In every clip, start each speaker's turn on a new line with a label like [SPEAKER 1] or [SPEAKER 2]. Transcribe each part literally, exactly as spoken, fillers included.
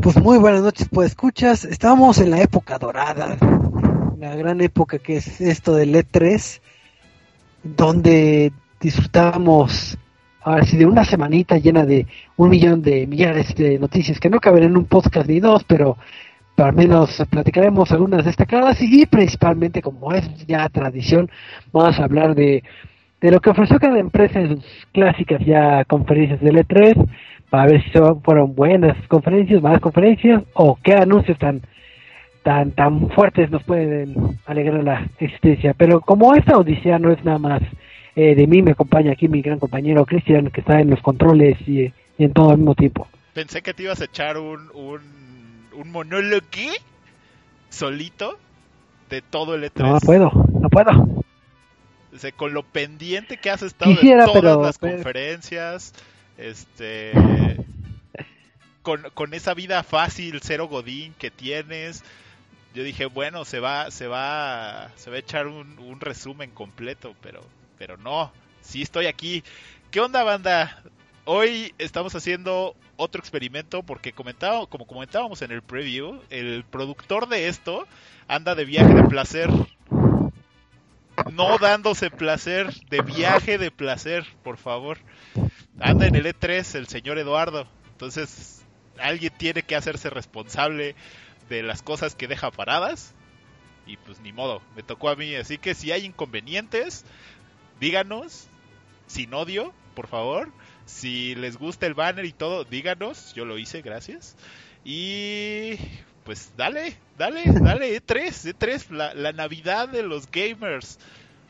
[SPEAKER 1] pues muy buenas noches, pues escuchas, estábamos en la época dorada, la gran época que es esto del E tres, donde disfrutábamos ahora sí de una semanita llena de un millón de millares de noticias que no caben en un podcast ni dos, pero, pero al menos platicaremos algunas destacadas y principalmente, como es ya tradición, vamos a hablar de, de lo que ofreció cada empresa en sus clásicas ya conferencias del E tres, para ver si fueron buenas conferencias, malas conferencias, o qué anuncios tan tan tan fuertes nos pueden alegrar la existencia. Pero como esta odisea no es nada más eh, de mí, me acompaña aquí mi gran compañero Cristian, que está en los controles y, y en todo al mismo tiempo.
[SPEAKER 2] Pensé que te ibas a echar un, un, un monólogo solito de todo el E tres.
[SPEAKER 1] No puedo, no puedo.
[SPEAKER 2] O sea, con lo pendiente que has estado
[SPEAKER 1] Quisiera,
[SPEAKER 2] de todas
[SPEAKER 1] pero,
[SPEAKER 2] las
[SPEAKER 1] pero...
[SPEAKER 2] conferencias... Este, con, con esa vida fácil, cero godín que tienes, yo dije, bueno, se va, se va, se va a echar un, un resumen completo, pero, pero no, sí estoy aquí. ¿Qué onda, banda? Hoy estamos haciendo otro experimento porque comentaba, como comentábamos en el preview, el productor de esto anda de viaje de placer. No dándose placer, de viaje de placer, por favor. Anda en el E tres el señor Eduardo. Entonces, alguien tiene que hacerse responsable de las cosas que deja paradas. Y pues ni modo, me tocó a mí. Así que si hay inconvenientes, díganos. Sin odio, por favor. Si les gusta el banner y todo, díganos. Yo lo hice, gracias. Y pues dale, dale, dale, E tres, E tres, la, la Navidad de los gamers.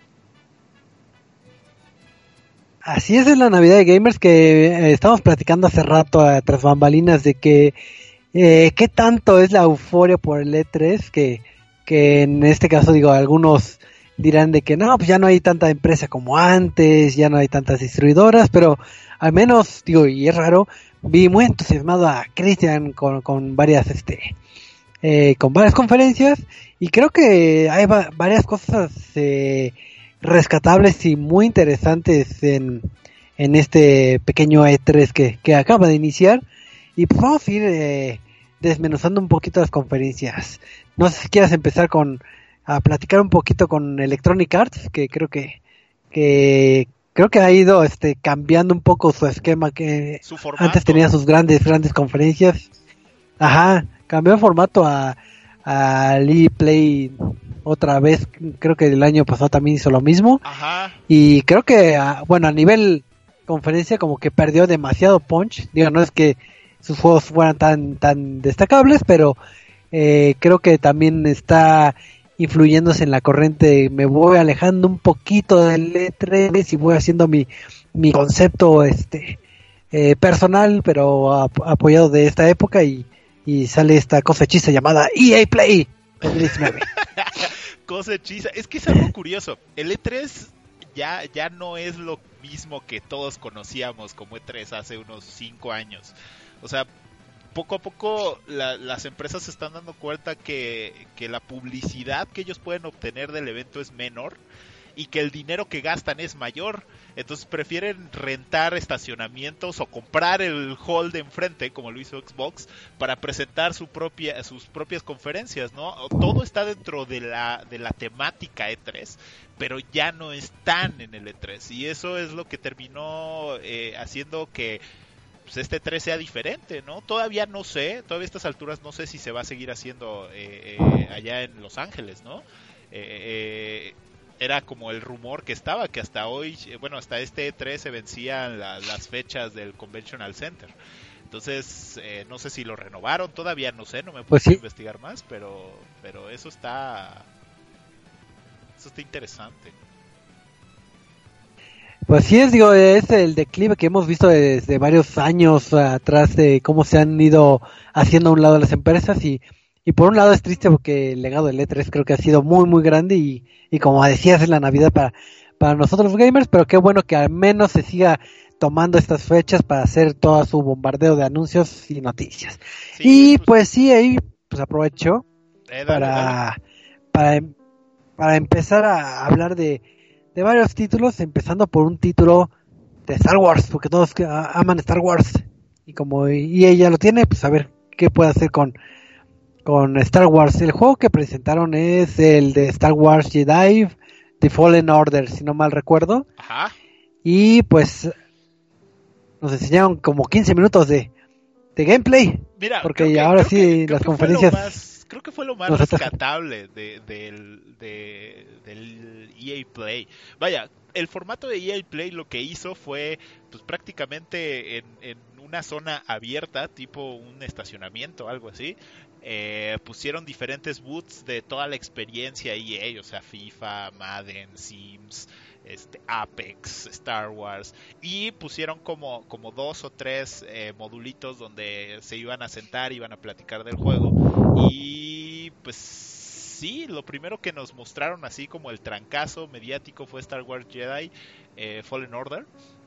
[SPEAKER 1] Así es, es la Navidad de Gamers que eh, estamos platicando hace rato a tras bambalinas de que eh, qué tanto es la euforia por el E tres que, que en este caso digo, algunos dirán de que no, pues ya no hay tanta empresa como antes, ya no hay tantas distribuidoras, pero al menos, digo, y es raro, vi muy entusiasmado a Cristian con, con varias este eh, con varias conferencias y creo que hay va- varias cosas eh, rescatables y muy interesantes en, en este pequeño E tres que, que acaba de iniciar y pues vamos a ir eh, desmenuzando un poquito las conferencias. No sé si quieras empezar con a platicar un poquito con Electronic Arts, que creo que que creo que ha ido este cambiando un poco su esquema, que
[SPEAKER 2] Su formato.
[SPEAKER 1] Antes tenía sus grandes grandes conferencias. Ajá, cambió de formato a a Lee Play otra vez, creo que el año pasado también hizo lo mismo.
[SPEAKER 2] Ajá.
[SPEAKER 1] Y creo que, bueno, a nivel conferencia como que perdió demasiado punch. Digo, no es que sus juegos fueran tan tan destacables, pero eh, creo que también está influyéndose en la corriente. Me voy alejando un poquito del E tres y voy haciendo mi, mi concepto este eh, personal, pero ap- apoyado de esta época y, y sale esta cosa hechiza llamada E A Play dos mil diecinueve.
[SPEAKER 2] Cosa hechiza. Es que es algo curioso. El E tres ya, ya no es lo mismo que todos conocíamos como E tres hace unos cinco años. O sea, poco a poco la, las empresas se están dando cuenta que, que la publicidad que ellos pueden obtener del evento es menor y que el dinero que gastan es mayor. Entonces prefieren rentar estacionamientos o comprar el hall de enfrente, como lo hizo Xbox, para presentar su propia, sus propias conferencias, ¿no? Todo está dentro de la, de la temática E tres, pero ya no están en el E tres. Y eso es lo que terminó eh, haciendo que pues, este E tres sea diferente, ¿no? Todavía no sé, todavía a estas alturas no sé si se va a seguir haciendo eh, eh, allá en Los Ángeles, ¿no? Eh, eh, era como el rumor que estaba, que hasta hoy, bueno, hasta este E tres se vencían la, las fechas del Conventional Center. Entonces, eh, no sé si lo renovaron, todavía no sé, no me puse
[SPEAKER 1] Pues sí.
[SPEAKER 2] a investigar más, pero pero eso está eso está interesante.
[SPEAKER 1] Pues sí es, digo, es el declive que hemos visto desde varios años atrás de cómo se han ido haciendo a un lado las empresas y, y por un lado es triste porque el legado del E tres creo que ha sido muy muy grande y, y como decías es la Navidad para, para nosotros los gamers, pero qué bueno que al menos se siga tomando estas fechas para hacer todo su bombardeo de anuncios y noticias.
[SPEAKER 2] Sí,
[SPEAKER 1] Y
[SPEAKER 2] pues,
[SPEAKER 1] pues sí, ahí pues aprovecho
[SPEAKER 2] eh, dale,
[SPEAKER 1] para,
[SPEAKER 2] dale.
[SPEAKER 1] para, para empezar a hablar de de varios títulos, empezando por un título de Star Wars, porque todos aman Star Wars y como E A ya lo tiene, pues a ver qué puede hacer con, con Star Wars. El juego que presentaron es el de Star Wars Jedi, The Fallen Order, si no mal recuerdo.
[SPEAKER 2] Ajá.
[SPEAKER 1] Y pues nos enseñaron como quince minutos de, de gameplay.
[SPEAKER 2] Mira,
[SPEAKER 1] porque
[SPEAKER 2] creo que,
[SPEAKER 1] ahora
[SPEAKER 2] creo
[SPEAKER 1] sí
[SPEAKER 2] que, creo
[SPEAKER 1] las
[SPEAKER 2] que
[SPEAKER 1] conferencias...
[SPEAKER 2] Fue lo más, creo que fue lo más
[SPEAKER 1] nosotros...
[SPEAKER 2] rescatable de, de, de, del E A Play. Vaya, el formato de E A Play lo que hizo fue pues prácticamente en, en una zona abierta, tipo un estacionamiento, algo así. Eh, pusieron diferentes booths de toda la experiencia E A, o sea, FIFA, Madden, Sims, este, Apex, Star Wars, y pusieron como, como dos o tres eh, modulitos donde se iban a sentar, iban a platicar del juego, y pues sí, lo primero que nos mostraron así como el trancazo mediático fue Star Wars Jedi eh, Fallen Order,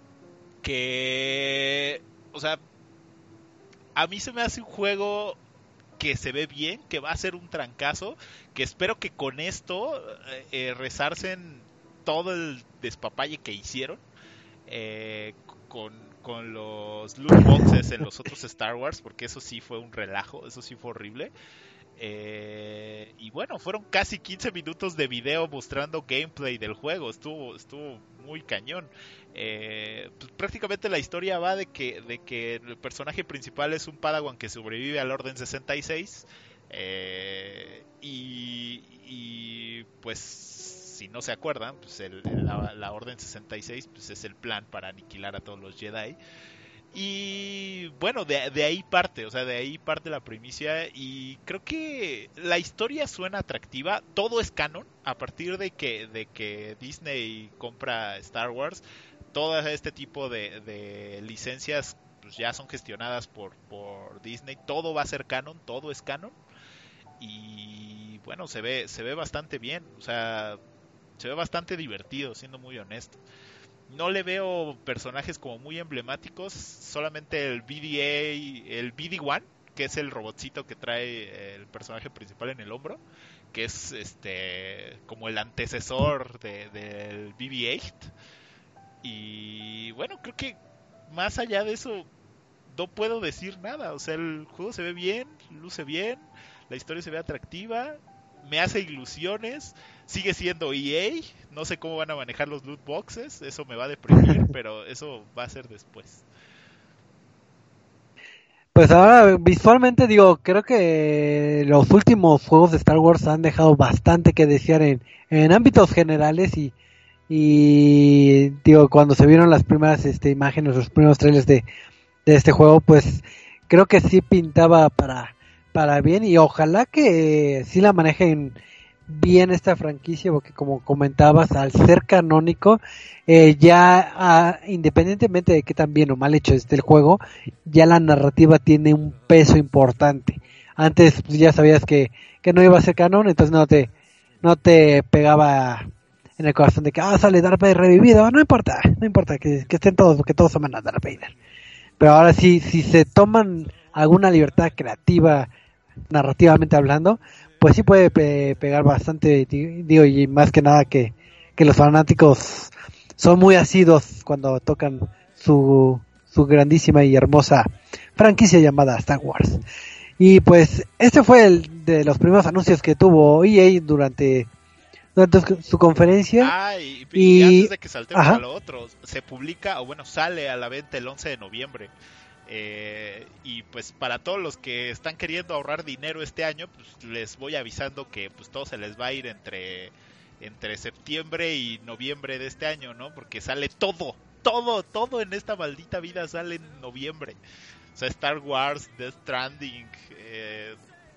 [SPEAKER 2] que, o sea, a mí se me hace un juego que se ve bien, que va a ser un trancazo, que espero que con esto eh, resarcen todo el despapalle que hicieron eh, con, con los loot boxes en los otros Star Wars, porque eso sí fue un relajo, eso sí fue horrible. Eh, y bueno, fueron casi quince minutos de video mostrando gameplay del juego, estuvo, estuvo muy cañón. Eh, pues prácticamente la historia va de que, de que el personaje principal es un Padawan que sobrevive al Orden sesenta y seis eh, y, y pues si no se acuerdan, pues el, la, la Orden sesenta y seis pues es el plan para aniquilar a todos los Jedi. Y bueno, de, de ahí parte, o sea, de ahí parte la primicia y creo que la historia suena atractiva, todo es canon, a partir de que, de que Disney compra Star Wars, todo este tipo de, de licencias pues ya son gestionadas por, por Disney, todo va a ser canon, todo es canon y bueno, se ve, se ve bastante bien, o sea, se ve bastante divertido, siendo muy honesto. No le veo personajes como muy emblemáticos, solamente el B D A, el B D uno, que es el robotcito que trae el personaje principal en el hombro, que es este como el antecesor de, del B B ocho. Y bueno, creo que más allá de eso no puedo decir nada, o sea, el juego se ve bien, luce bien, la historia se ve atractiva, me hace ilusiones, sigue siendo E A, no sé cómo van a manejar los loot boxes, eso me va a deprimir, pero eso va a ser después.
[SPEAKER 1] Pues ahora visualmente digo, creo que los últimos juegos de Star Wars han dejado bastante que desear en, en ámbitos generales y, y digo, cuando se vieron las primeras este, imágenes, los primeros trailers de, de este juego, pues creo que sí pintaba para para bien y ojalá que sí la manejen bien esta franquicia, porque como comentabas, al ser canónico, eh, ya ah, independientemente de que tan bien o mal hecho esté el juego, ya la narrativa tiene un peso importante. Antes pues, ya sabías que, que no iba a ser canon, entonces no te no te pegaba en el corazón de que ah, sale Darth Vader revivido, no importa, no importa que, que estén todos, porque todos aman a Darth Vader. Pero ahora sí, si se toman alguna libertad creativa, narrativamente hablando, pues sí puede pe- pegar bastante, digo, y más que nada que, que los fanáticos son muy asiduos cuando tocan su, su grandísima y hermosa franquicia llamada Star Wars. Y pues este fue el de los primeros anuncios que tuvo E A durante, durante su conferencia.
[SPEAKER 2] Ah, y, y, y antes de que saltemos
[SPEAKER 1] ajá.
[SPEAKER 2] a lo otro, se publica, o bueno, sale a la venta el once de noviembre. Eh, y pues para todos los que están queriendo ahorrar dinero este año, pues les voy avisando que pues todo se les va a ir entre entre septiembre y noviembre de este año, ¿no? Porque sale todo, todo, todo en esta maldita vida sale en noviembre. O sea, Star Wars, Death Stranding, eh,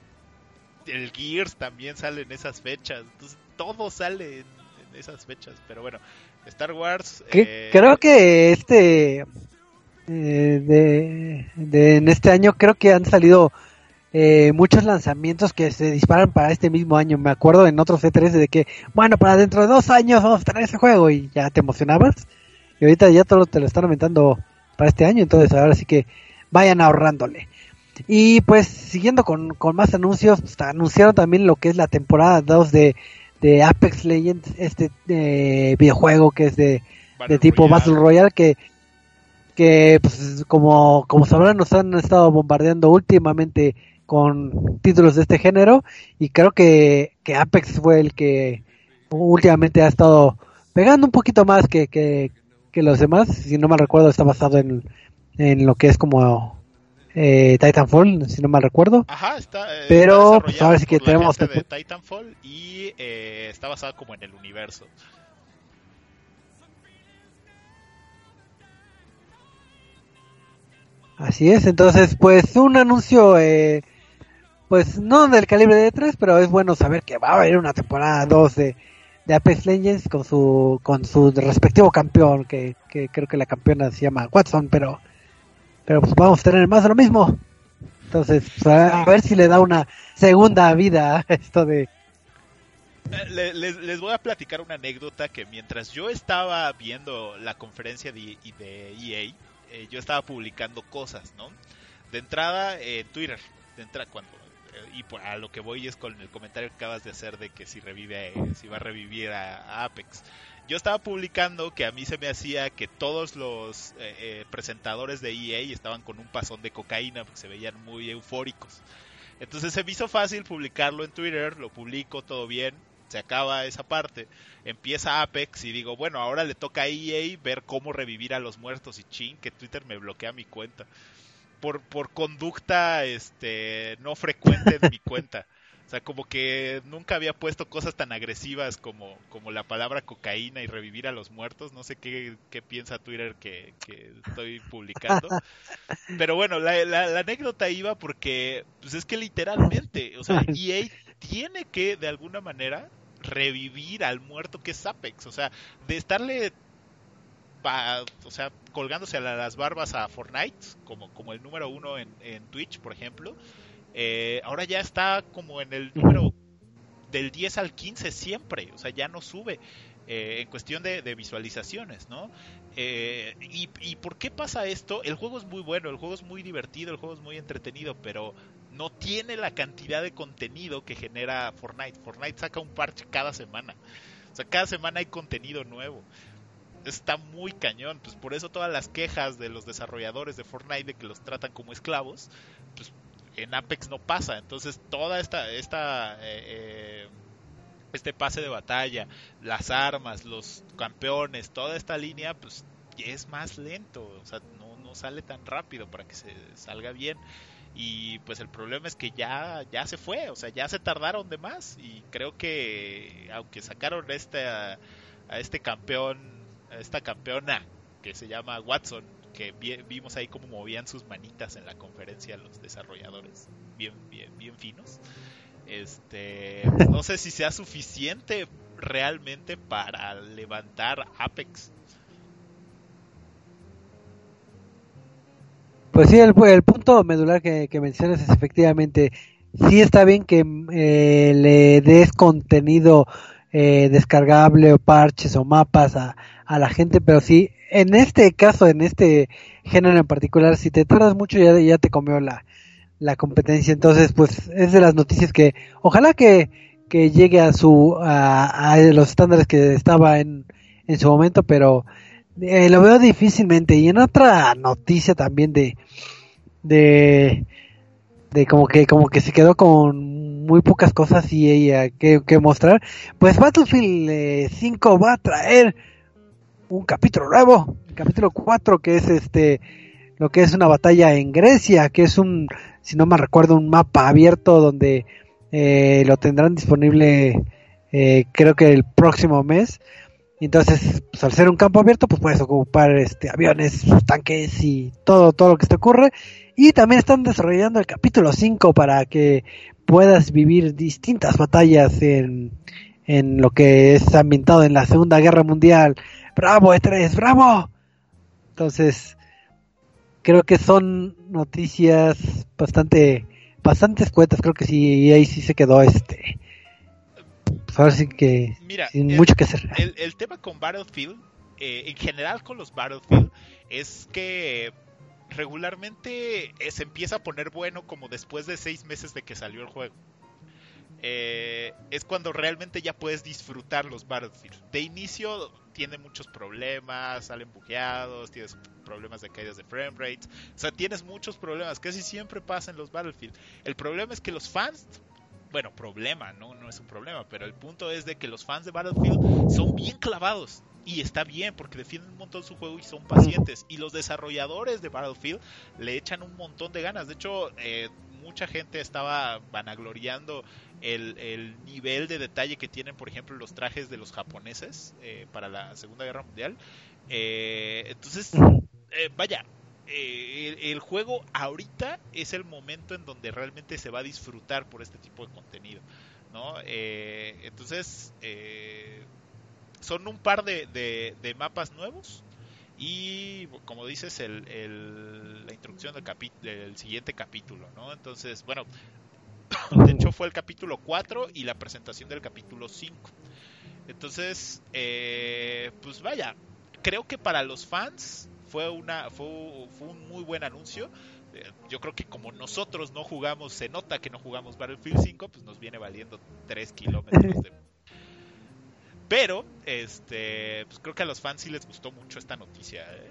[SPEAKER 2] el Gears también sale en esas fechas. Entonces todo sale en, en esas fechas. Pero bueno, Star Wars...
[SPEAKER 1] Que,
[SPEAKER 2] eh,
[SPEAKER 1] creo que este... Eh, de, de en este año creo que han salido eh, muchos lanzamientos que se disparan para este mismo año. Me acuerdo en otros E tres de que, bueno, para dentro de dos años vamos a tener ese juego y ya te emocionabas. Y ahorita ya todo te lo están aumentando para este año, entonces ahora sí que vayan ahorrándole. Y pues siguiendo con, con más anuncios, pues, anunciaron también lo que es la temporada dos de, de Apex Legends, este eh, videojuego que es de, de tipo Royale. Battle Royale, que que pues como como sabrán nos han estado bombardeando últimamente con títulos de este género, y creo que, que Apex fue el que últimamente ha estado pegando un poquito más que, que, que los demás. Si no mal recuerdo, está basado en, en lo que es como eh, Titanfall, si no mal recuerdo.
[SPEAKER 2] Ajá, está, eh,
[SPEAKER 1] pero
[SPEAKER 2] está
[SPEAKER 1] pues ahora sí que
[SPEAKER 2] por la
[SPEAKER 1] tenemos
[SPEAKER 2] gente de Titanfall y eh, está basado como en el universo.
[SPEAKER 1] Así es. Entonces pues un anuncio eh, pues no del calibre de E tres, pero es bueno saber que va a haber una temporada dos de, de Apex Legends con su con su respectivo campeón, que, que creo que la campeona se llama Watson, pero pero pues vamos a tener más de lo mismo. Entonces, pues, a ver si le da una segunda vida a esto de...
[SPEAKER 2] Les, les, les voy a platicar una anécdota que mientras yo estaba viendo la conferencia de, de E A, eh, yo estaba publicando cosas, ¿no? De entrada, en eh, Twitter, de entrada, cuando... y por, a lo que voy es con el comentario que acabas de hacer de que si revive, eh, si va a revivir a, a Apex. Yo estaba publicando que a mí se me hacía que todos los eh, eh, presentadores de E A estaban con un pasón de cocaína porque se veían muy eufóricos. Entonces se me hizo fácil publicarlo en Twitter, lo publico, todo bien, se acaba esa parte, empieza Apex y digo, bueno, ahora le toca a E A ver cómo revivir a los muertos, y chin, que Twitter me bloquea mi cuenta. Por, por conducta este no frecuente en mi cuenta. O sea, como que nunca había puesto cosas tan agresivas como, como la palabra cocaína y revivir a los muertos. No sé qué, qué piensa Twitter que, que estoy publicando. Pero bueno, la, la, la anécdota iba porque pues es que literalmente, o sea, E A tiene que de alguna manera revivir al muerto que es Apex. O sea, de estarle... Pa, o sea, colgándose a las barbas a Fortnite, como, como el número uno en, en Twitch, por ejemplo, eh, ahora ya está como en el número del diez al quince siempre, o sea, ya no sube eh, en cuestión de, de visualizaciones, ¿no? Eh, y, ¿Y por qué pasa esto? El juego es muy bueno, el juego es muy divertido, el juego es muy entretenido, pero no tiene la cantidad de contenido que genera Fortnite. Fortnite saca un parche cada semana, o sea, cada semana hay contenido nuevo. Está muy cañón, pues por eso todas las quejas de los desarrolladores de Fortnite de que los tratan como esclavos, pues en Apex no pasa. Entonces toda esta esta eh, eh, este pase de batalla, las armas, los campeones, toda esta línea, pues es más lento, o sea, no, no sale tan rápido para que se salga bien. Y pues el problema es que ya ya se fue, o sea, ya se tardaron de más, y creo que aunque sacaron este a, a este campeón, a esta campeona que se llama Watson, que vi, vimos ahí cómo movían sus manitas en la conferencia los desarrolladores, bien bien bien finos. Este, no sé si sea suficiente realmente para levantar Apex.
[SPEAKER 1] Pues sí, el, el punto medular que, que mencionas es efectivamente, sí está bien que eh, le des contenido eh, descargable o parches o mapas a, a la gente, pero sí, en este caso, en este género en particular, si te tardas mucho ya, ya te comió la, la competencia. Entonces pues es de las noticias que ojalá que, que llegue a su a, a los estándares que estaba en, en su momento, pero eh, lo veo difícilmente. Y en otra noticia también de de de como que como que se quedó con muy pocas cosas y ella que, que mostrar, pues Battlefield eh, cinco va a traer un capítulo nuevo, el capítulo cuatro, que es este lo que es una batalla en Grecia, que es un, si no me recuerdo, un mapa abierto donde eh, lo tendrán disponible eh, creo que el próximo mes. Entonces, pues, al ser un campo abierto, pues puedes ocupar este aviones, tanques y todo todo lo que se te ocurre. Y también están desarrollando el capítulo cinco para que puedas vivir distintas batallas en, en lo que es ambientado en la Segunda Guerra Mundial. ¡Bravo, E tres! ¡Bravo! Entonces, creo que son noticias bastante bastante escuetas. Creo que sí, ahí sí se quedó este pues ahora sí que
[SPEAKER 2] Mira,
[SPEAKER 1] sin
[SPEAKER 2] el,
[SPEAKER 1] mucho que hacer.
[SPEAKER 2] El, el tema con Battlefield, eh, en general con los Battlefield, es que regularmente eh, se empieza a poner bueno como después de seis meses de que salió el juego. eh, es cuando realmente ya puedes disfrutar los Battlefield. De inicio tiene muchos problemas, salen bugueados, tienes problemas de caídas de frame rates, o sea, tienes muchos problemas, casi siempre pasa en los Battlefield. El problema es que los fans, bueno, problema, no, no es un problema, pero el punto es de que los fans de Battlefield son bien clavados. Y está bien, porque defienden un montón su juego y son pacientes. Y los desarrolladores de Battlefield le echan un montón de ganas. De hecho, eh, mucha gente estaba vanagloriando el, el nivel de detalle que tienen, por ejemplo, los trajes de los japoneses eh, para la Segunda Guerra Mundial. Eh, entonces, eh, vaya, eh, el, el juego ahorita es el momento en donde realmente se va a disfrutar por este tipo de contenido, ¿no? Eh, entonces, eh, son un par de, de, de mapas nuevos y, como dices, el, el, la introducción del, capi, del siguiente capítulo, ¿no? Entonces, bueno, de hecho fue el capítulo cuatro y la presentación del capítulo cinco. Entonces, eh, pues vaya, creo que para los fans fue, una, fue, fue un muy buen anuncio. Yo creo que como nosotros no jugamos, se nota que no jugamos Battlefield cinco, pues nos viene valiendo tres kilómetros de... Pero, este, pues creo que a los fans sí les gustó mucho esta noticia, ¿eh?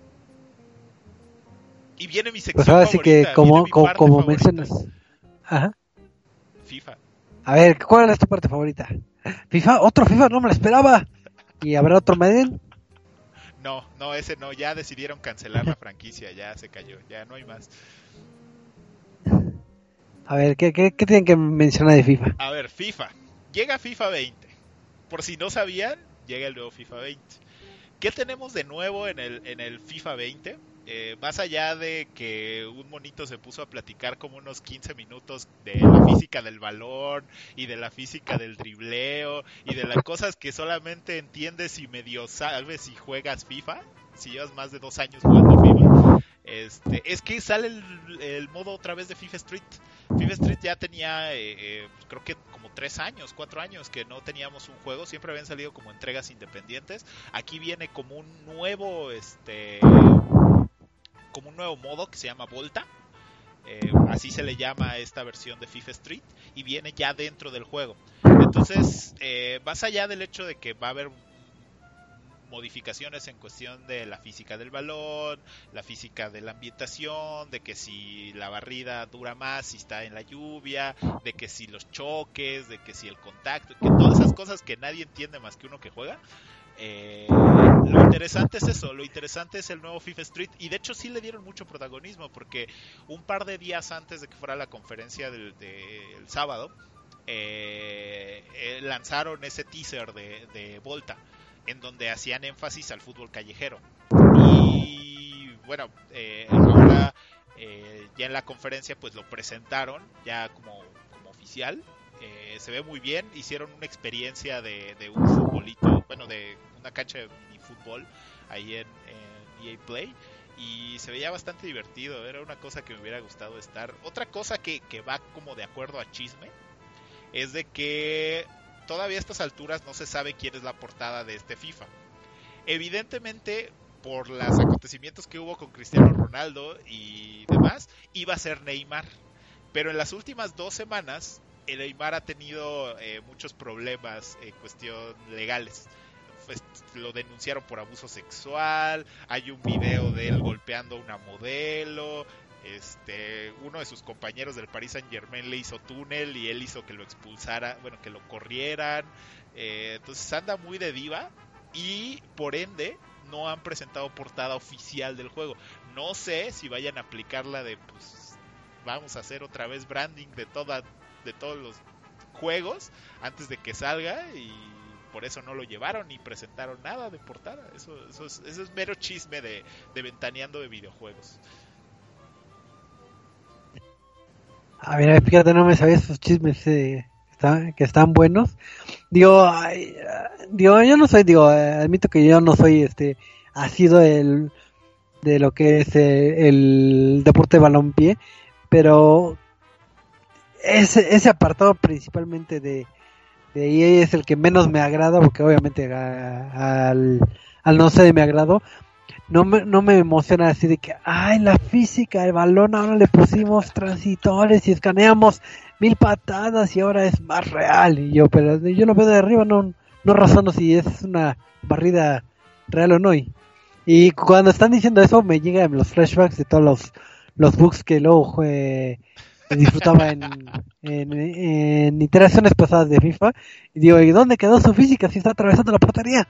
[SPEAKER 2] Y viene mi sección
[SPEAKER 1] pues ahora
[SPEAKER 2] favorita.
[SPEAKER 1] Sí que como, como, como
[SPEAKER 2] favorita.
[SPEAKER 1] mencionas. Ajá.
[SPEAKER 2] FIFA.
[SPEAKER 1] A ver, ¿cuál es tu parte favorita? FIFA, otro FIFA, no me lo esperaba. ¿Y habrá otro Madden?
[SPEAKER 2] No, no, ese no, ya decidieron cancelar la franquicia, ya se cayó, ya no hay más.
[SPEAKER 1] A ver, ¿qué, qué, qué tienen que mencionar de FIFA?
[SPEAKER 2] A ver, FIFA. Llega FIFA veinte. Por si no sabían, llega el nuevo FIFA veinte. ¿Qué tenemos de nuevo en el, en el FIFA veinte? Eh, más allá de que un monito se puso a platicar como unos quince minutos de la física del balón y de la física del dribleo y de las cosas que solamente entiendes si medio sabes si juegas FIFA, si llevas más de dos años jugando FIFA, este, es que sale el, el modo otra vez de FIFA Street. FIFA Street ya tenía, eh, eh, creo que como tres años, cuatro años que no teníamos un juego, siempre habían salido como entregas independientes. Aquí viene como un nuevo, este, como un nuevo modo que se llama Volta, eh, así se le llama a esta versión de FIFA Street, y viene ya dentro del juego. Entonces, eh, más allá del hecho de que va a haber modificaciones en cuestión de la física del balón, la física de la ambientación, de que si la barrida dura más si está en la lluvia, de que si los choques, de que si el contacto, que todas esas cosas que nadie entiende más que uno que juega. Eh, lo interesante es eso, lo interesante es el nuevo FIFA Street, y de hecho sí le dieron mucho protagonismo porque un par de días antes de que fuera la conferencia del, del sábado, eh, eh, lanzaron ese teaser de, de Volta, en donde hacían énfasis al fútbol callejero. Y bueno, eh, ahora eh, ya en la conferencia pues lo presentaron ya como, como oficial. Eh, se ve muy bien, hicieron una experiencia de, de un futbolito, bueno, de una cancha de minifútbol ahí en, en E A Play, y se veía bastante divertido, era una cosa que me hubiera gustado estar. Otra cosa que, que va como de acuerdo a chisme es de que todavía a estas alturas no se sabe quién es la portada de este FIFA. Evidentemente, por los acontecimientos que hubo con Cristiano Ronaldo y demás, iba a ser Neymar. Pero en las últimas dos semanas, el Neymar ha tenido eh, muchos problemas en cuestión legales. Pues, lo denunciaron por abuso sexual, hay un video de él golpeando a una modelo. Este, uno de sus compañeros del Paris Saint Germain le hizo túnel y él hizo que lo expulsara, bueno, que lo corrieran. Eh, entonces anda muy de diva y por ende no han presentado portada oficial del juego. No sé si vayan a aplicar la de, pues, vamos a hacer otra vez branding de toda, de todos los juegos antes de que salga, y por eso no lo llevaron ni presentaron nada de portada. Eso, eso, es, eso es mero chisme de, de ventaneando de videojuegos.
[SPEAKER 1] A ver, fíjate, no me sabía esos chismes eh, está, que están buenos. Digo, ay, digo, yo no soy, digo, eh, admito que yo no soy este asiduo el de lo que es eh, el deporte de balompié, pero ese, ese apartado principalmente de, de E A es el que menos me agrada, porque obviamente a, al, al no ser de mi agrado, no me, no me emociona así de que, ay, la física del balón, ahora le pusimos transitores y escaneamos mil patadas y ahora es más real. Y yo, pero yo lo veo de arriba, no, no razono si es una barrida real o no. Y, y cuando están diciendo eso me llegan los flashbacks de todos los, los bugs que luego eh, disfrutaba en, en, en iteraciones pasadas de FIFA. Y digo, ¿y dónde quedó su física si está atravesando la portería?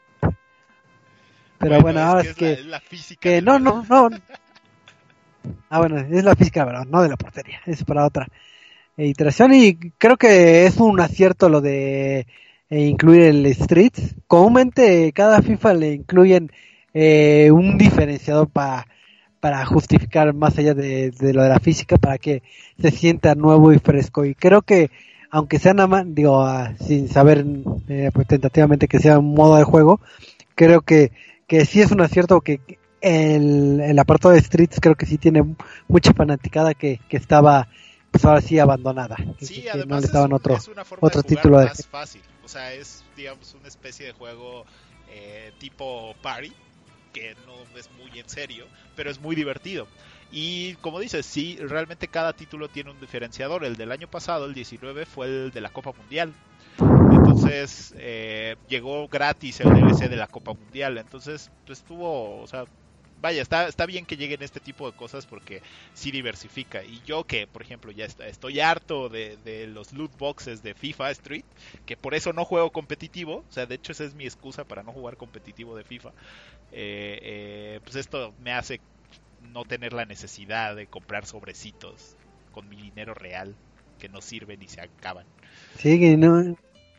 [SPEAKER 1] Pero bueno,
[SPEAKER 2] bueno es
[SPEAKER 1] ahora
[SPEAKER 2] que
[SPEAKER 1] es
[SPEAKER 2] es
[SPEAKER 1] que,
[SPEAKER 2] la, es la física
[SPEAKER 1] que
[SPEAKER 2] del
[SPEAKER 1] no,
[SPEAKER 2] balón.
[SPEAKER 1] no, no. Ah, bueno, es la física, ¿verdad? No de la portería, es para otra eh, iteración y creo que es un acierto lo de eh, incluir el Street. Comúnmente cada FIFA le incluyen eh, un diferenciador para para justificar más allá de, de lo de la física para que se sienta nuevo y fresco y creo que aunque sea nada más, digo, ah, sin saber eh, pues tentativamente que sea un modo de juego, creo que, que sí es un acierto que el, el apartado de Streets creo que sí tiene mucha fanaticada que, que estaba pues ahora sí abandonada, que,
[SPEAKER 2] Sí,
[SPEAKER 1] que, que no
[SPEAKER 2] además
[SPEAKER 1] le
[SPEAKER 2] es,
[SPEAKER 1] estaban
[SPEAKER 2] un,
[SPEAKER 1] otro
[SPEAKER 2] es una forma
[SPEAKER 1] otro
[SPEAKER 2] de jugar
[SPEAKER 1] título de
[SPEAKER 2] más fácil. O sea, es, digamos, una especie de juego eh, tipo party, que no es muy en serio, pero es muy divertido. Y como dices, sí, realmente cada título tiene un diferenciador. El del año pasado, el diecinueve, fue el de la Copa Mundial. Entonces, eh, llegó gratis el D L C de la Copa Mundial. Entonces, pues, estuvo, o sea, vaya, está, está bien que lleguen este tipo de cosas porque sí diversifica. Y yo que, por ejemplo, ya está, estoy harto de, de los loot boxes de FIFA Street, que por eso no juego competitivo, o sea, de hecho esa es mi excusa para no jugar competitivo de FIFA, eh, eh, pues esto me hace no tener la necesidad de comprar sobrecitos con mi dinero real que no sirven y se acaban.
[SPEAKER 1] sí, que no,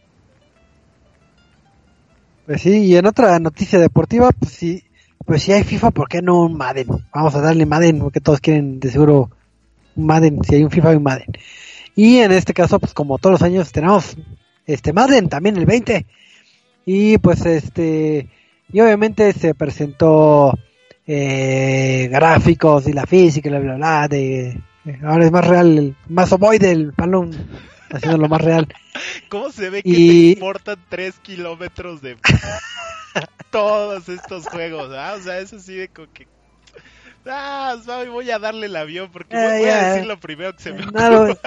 [SPEAKER 1] pues sí, y en otra noticia deportiva, pues sí, pues si hay FIFA, ¿por qué no un Madden? Vamos a darle Madden, porque todos quieren de seguro un Madden, si hay un FIFA hay un Madden. Y en este caso, pues como todos los años tenemos este Madden, también el veinte. Y pues este, y obviamente se presentó eh, gráficos y la física y bla bla bla de eh, ahora es más real, más ovoide el balón, haciéndolo más real.
[SPEAKER 2] ¿Cómo se ve que te
[SPEAKER 1] Y
[SPEAKER 2] importan tres kilómetros de todos estos juegos? ¿Ah? O sea, eso sí de como que... Ah, voy a darle el avión porque voy,
[SPEAKER 1] eh,
[SPEAKER 2] voy a
[SPEAKER 1] ya,
[SPEAKER 2] decir lo primero que se me
[SPEAKER 1] nada,
[SPEAKER 2] ocurre.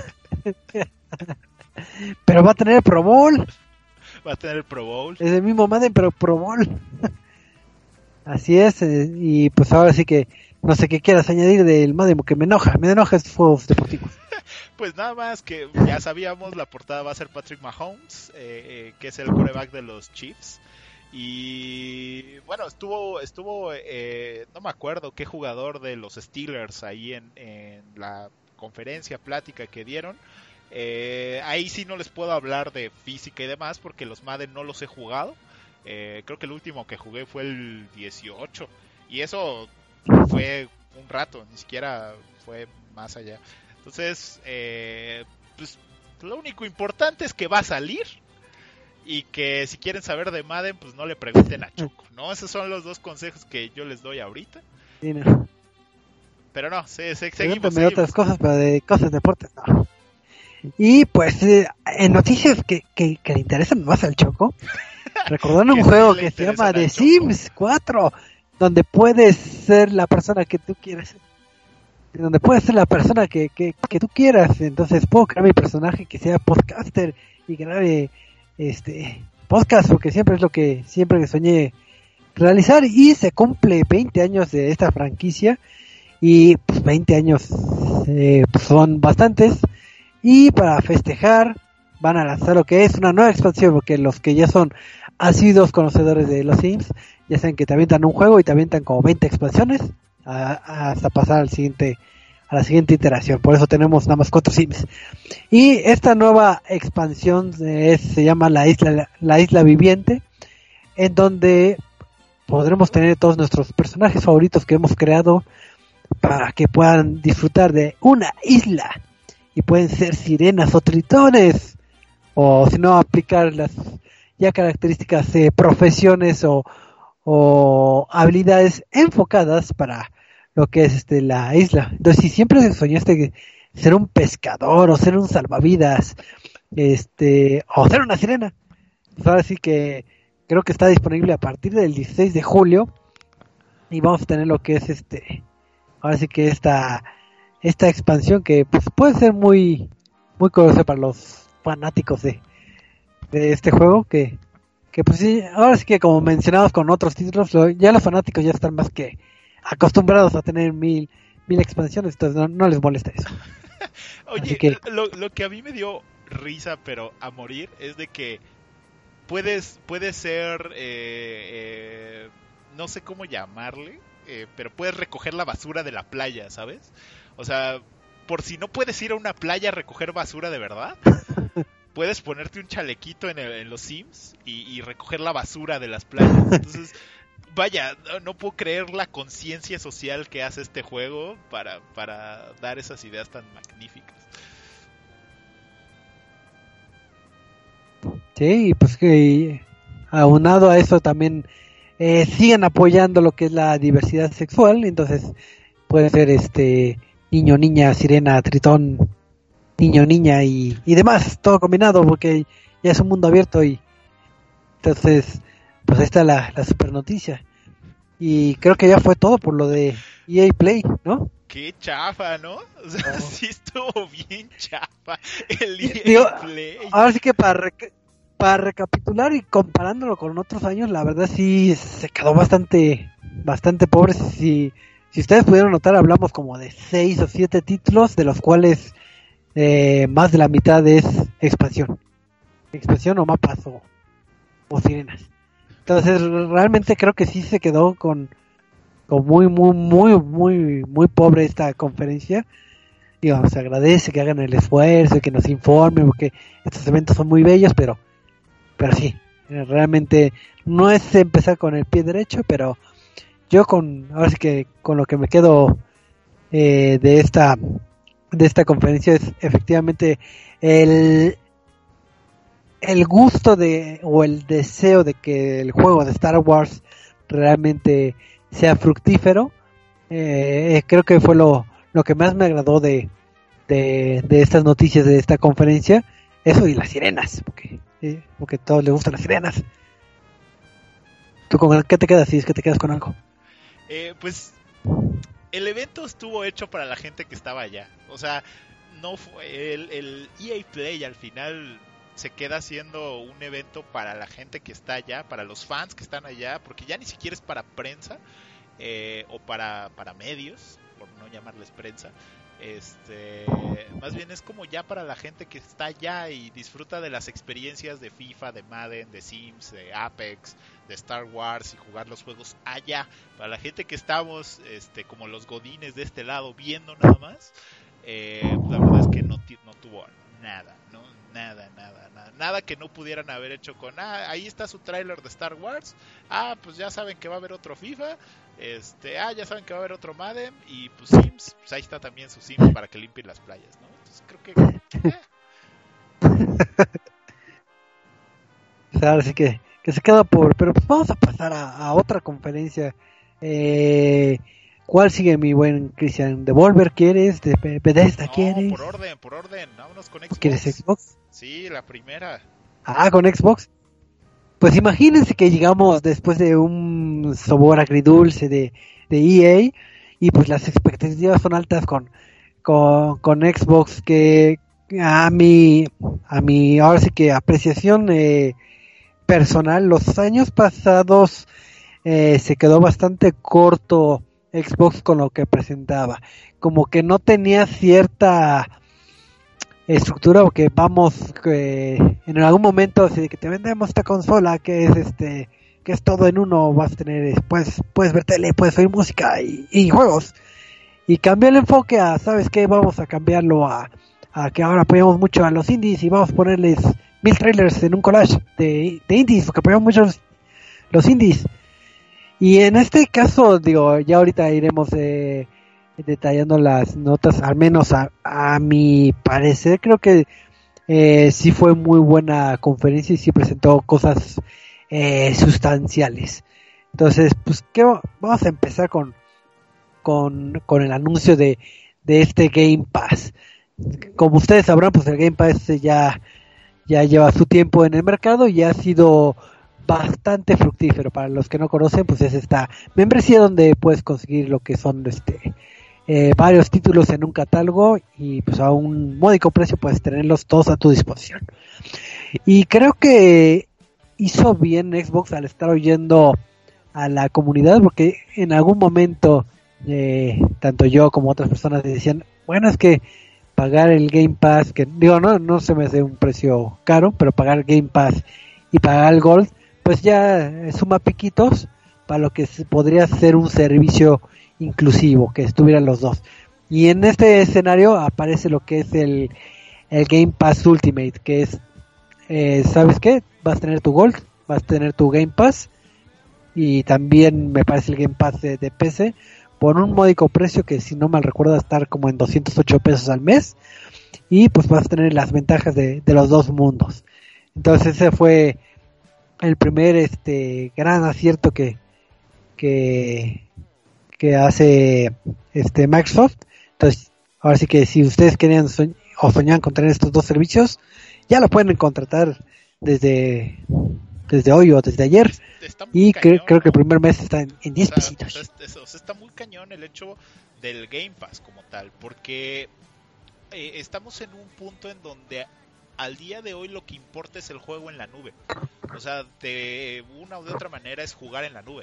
[SPEAKER 1] pero va a tener Pro Bowl,
[SPEAKER 2] Va a tener el Pro Bowl.
[SPEAKER 1] es el mismo Madden pero Pro Bowl. Así es, eh, y pues ahora sí que no sé qué quieras añadir del Madden que me enoja, me enoja estos juegos deportivos.
[SPEAKER 2] Pues nada más que ya sabíamos, la portada va a ser Patrick Mahomes, eh, eh, que es el quarterback de los Chiefs. Y bueno, estuvo, estuvo eh, no me acuerdo qué jugador de los Steelers ahí en, en la conferencia, plática que dieron. Eh, ahí sí no les puedo hablar de física y demás porque los Madden no los he jugado. Eh, creo que el último que jugué fue el dieciocho y eso fue un rato, ni siquiera fue más allá. Entonces, eh, pues lo único importante es que va a salir y que si quieren saber de Madden, pues no le pregunten a Choco, ¿no? Esos son los dos consejos que yo les doy ahorita.
[SPEAKER 1] Sí, no.
[SPEAKER 2] Pero no, sí, sí, seguimos,
[SPEAKER 1] Pregúntame de
[SPEAKER 2] seguimos.
[SPEAKER 1] otras cosas, pero de cosas de deportes no. Y pues eh, en noticias que, que, que le interesan más al Choco, recordando un
[SPEAKER 2] Que
[SPEAKER 1] juego
[SPEAKER 2] sí le
[SPEAKER 1] que se llama
[SPEAKER 2] interesan
[SPEAKER 1] The
[SPEAKER 2] al
[SPEAKER 1] Sims cuatro, donde puedes ser la persona que tú quieras, donde puedes ser la persona que, que, que tú quieras. Entonces puedo crear mi personaje que sea podcaster y grabe este podcast, porque siempre es lo que siempre soñé realizar. Y se cumple veinte años de esta franquicia y pues veinte años eh, pues son bastantes. Y para festejar van a lanzar lo que es una nueva expansión, porque los que ya son asiduos conocedores de los Sims ya saben que te avientan un juego y te avientan como veinte expansiones a, hasta pasar al siguiente a la siguiente iteración. Por eso tenemos nada más cuatro Sims. Y esta nueva expansión es, se llama la isla la isla viviente, en donde podremos tener todos nuestros personajes favoritos que hemos creado para que puedan disfrutar de una isla. Y pueden ser sirenas o tritones, o si no, aplicar las ya características de profesiones o, o habilidades enfocadas para lo que es este la isla. Entonces, si siempre soñaste ser un pescador o ser un salvavidas, este, o ser una sirena, pues ahora sí que creo que está disponible a partir del dieciséis de julio y vamos a tener lo que es este, ahora sí que esta esta expansión que pues puede ser muy muy curioso para los fanáticos de, de este juego, que, que pues sí, ahora sí que como mencionamos con otros títulos, lo, ya los fanáticos ya están más que acostumbrados a tener mil, mil expansiones, entonces no, no les molesta eso.
[SPEAKER 2] Oye,
[SPEAKER 1] que...
[SPEAKER 2] lo, lo que a mí me dio risa, pero a morir, es de que puedes, puedes ser, eh, eh, no sé cómo llamarle, eh, pero puedes recoger la basura de la playa, ¿sabes? O sea, por si no puedes ir a una playa a recoger basura de verdad, puedes ponerte un chalequito en, el, en los Sims y, y recoger la basura de las playas. Entonces, vaya, no, no puedo creer la conciencia social que hace este juego para, para dar esas ideas tan magníficas.
[SPEAKER 1] Sí, y pues que aunado a eso también eh, siguen apoyando lo que es la diversidad sexual, entonces puede ser este niño, niña, sirena, tritón, niño, niña y, y demás, todo combinado porque ya es un mundo abierto y entonces pues ahí está la, la super noticia. Y creo que ya fue todo por lo de E A Play, ¿no?
[SPEAKER 2] Qué chafa, ¿no? O sea, oh. sí estuvo bien chafa el E A
[SPEAKER 1] Digo,
[SPEAKER 2] Play.
[SPEAKER 1] Ahora sí que para, rec- para recapitular y comparándolo con otros años, la verdad sí se quedó bastante bastante pobre. Si, si ustedes pudieron notar, hablamos como de seis o siete títulos, de los cuales eh, más de la mitad es expansión. Expansión o mapas o, o sirenas. Entonces realmente creo que sí se quedó con, con muy, muy, muy, muy, muy pobre esta conferencia. Digo, se agradece que hagan el esfuerzo y que nos informen porque estos eventos son muy bellos, pero, pero sí, realmente no es empezar con el pie derecho, pero yo con, ahora sí que con lo que me quedo eh, de esta, de esta conferencia es efectivamente el el gusto de o el deseo de que el juego de Star Wars realmente sea fructífero. Eh, creo que fue lo, lo que más me agradó de, de, de estas noticias de esta conferencia, eso y las sirenas, porque, eh, porque a todos les gustan las sirenas. ¿Tú con qué te quedas? Si es que te quedas con algo.
[SPEAKER 2] Eh, pues el evento estuvo hecho para la gente que estaba allá. O sea, no fue el, el E A Play al final se queda siendo un evento para la gente que está allá, para los fans que están allá, porque ya ni siquiera es para prensa eh, o para, para medios, por no llamarles prensa. Este, más bien es como ya para la gente que está allá y disfruta de las experiencias de FIFA, de Madden, de Sims, de Apex, de Star Wars y jugar los juegos allá. Para la gente que estamos este, como los godines de este lado viendo nada más, eh, la verdad es que no, no tuvo nada, ¿no? Nada, nada, nada, nada que no pudieran haber hecho con, ah, ahí está su tráiler de Star Wars, ah, pues ya saben que va a haber otro FIFA, este, ah, ya saben que va a haber otro Madden, y pues Sims, pues ahí está también su Sims para que limpien las playas, ¿no? Entonces creo que... Eh.
[SPEAKER 1] Ahora sí que, que se queda por, pero pues vamos a pasar a, a otra conferencia. Eh... ¿Cuál sigue mi buen Cristian? ¿Devolver quieres? ¿De Bethesda
[SPEAKER 2] no,
[SPEAKER 1] quieres?
[SPEAKER 2] por orden, por orden, vámonos con Xbox.
[SPEAKER 1] ¿Quieres Xbox?
[SPEAKER 2] Sí, la primera.
[SPEAKER 1] Ah, con Xbox. Pues imagínense que llegamos después de un sabor agridulce de, de E A y pues las expectativas son altas con, con, con Xbox, que a mi, a mi ahora sí que apreciación eh, personal, los años pasados eh, se quedó bastante corto Xbox con lo que presentaba, como que no tenía cierta estructura, porque vamos eh, en algún momento así de que te vendemos esta consola que es este que es todo en uno, vas a tener pues puedes ver tele, puedes oír música y, y juegos, y cambió el enfoque a, ¿sabes qué? Vamos a cambiarlo a, a que ahora apoyamos mucho a los indies y vamos a ponerles mil trailers en un collage de, de indies, porque apoyamos mucho los, los indies. Y en este caso, digo, ya ahorita iremos eh, detallando las notas, al menos a, a mi parecer, creo que eh, sí fue muy buena conferencia y sí presentó cosas eh, sustanciales. Entonces, pues, ¿qué? Vamos a empezar con, con, con el anuncio de, de este Game Pass. Como ustedes sabrán, pues el Game Pass ya, ya lleva su tiempo en el mercado y ha sido bastante fructífero. Para los que no conocen, pues es esta membresía donde puedes conseguir lo que son este eh, varios títulos en un catálogo y pues a un módico precio puedes tenerlos todos a tu disposición. Y creo que hizo bien Xbox al estar oyendo a la comunidad, porque en algún momento eh, tanto yo como otras personas decían, bueno, es que pagar el Game Pass, que digo, no, no se me hace un precio caro, pero pagar Game Pass y pagar el Gold, pues ya suma piquitos para lo que podría ser un servicio inclusivo, que estuvieran los dos. Y en este escenario aparece lo que es el, el Game Pass Ultimate, que es, eh, ¿sabes qué? Vas a tener tu Gold, vas a tener tu Game Pass, y también me parece el Game Pass de, de P C, por un módico precio que si no mal recuerdo va a estar como en doscientos ocho pesos al mes, y pues vas a tener las ventajas de, de los dos mundos. Entonces ese fue el primer este gran acierto que que, que hace este Microsoft. Entonces ahora sí que si ustedes querían soñ- o soñaban con tener estos dos servicios, ya lo pueden contratar desde desde hoy o desde ayer.
[SPEAKER 2] Está muy
[SPEAKER 1] Y
[SPEAKER 2] cañón,
[SPEAKER 1] cre- creo que el
[SPEAKER 2] ¿no?
[SPEAKER 1] primer mes está en, en
[SPEAKER 2] O
[SPEAKER 1] diez
[SPEAKER 2] sea,
[SPEAKER 1] pesitos.
[SPEAKER 2] o sea, es- o sea, está muy cañón el hecho del Game Pass como tal, porque eh, estamos en un punto en donde al día de hoy lo que importa es el juego en la nube. O sea, de una u de otra manera es jugar en la nube.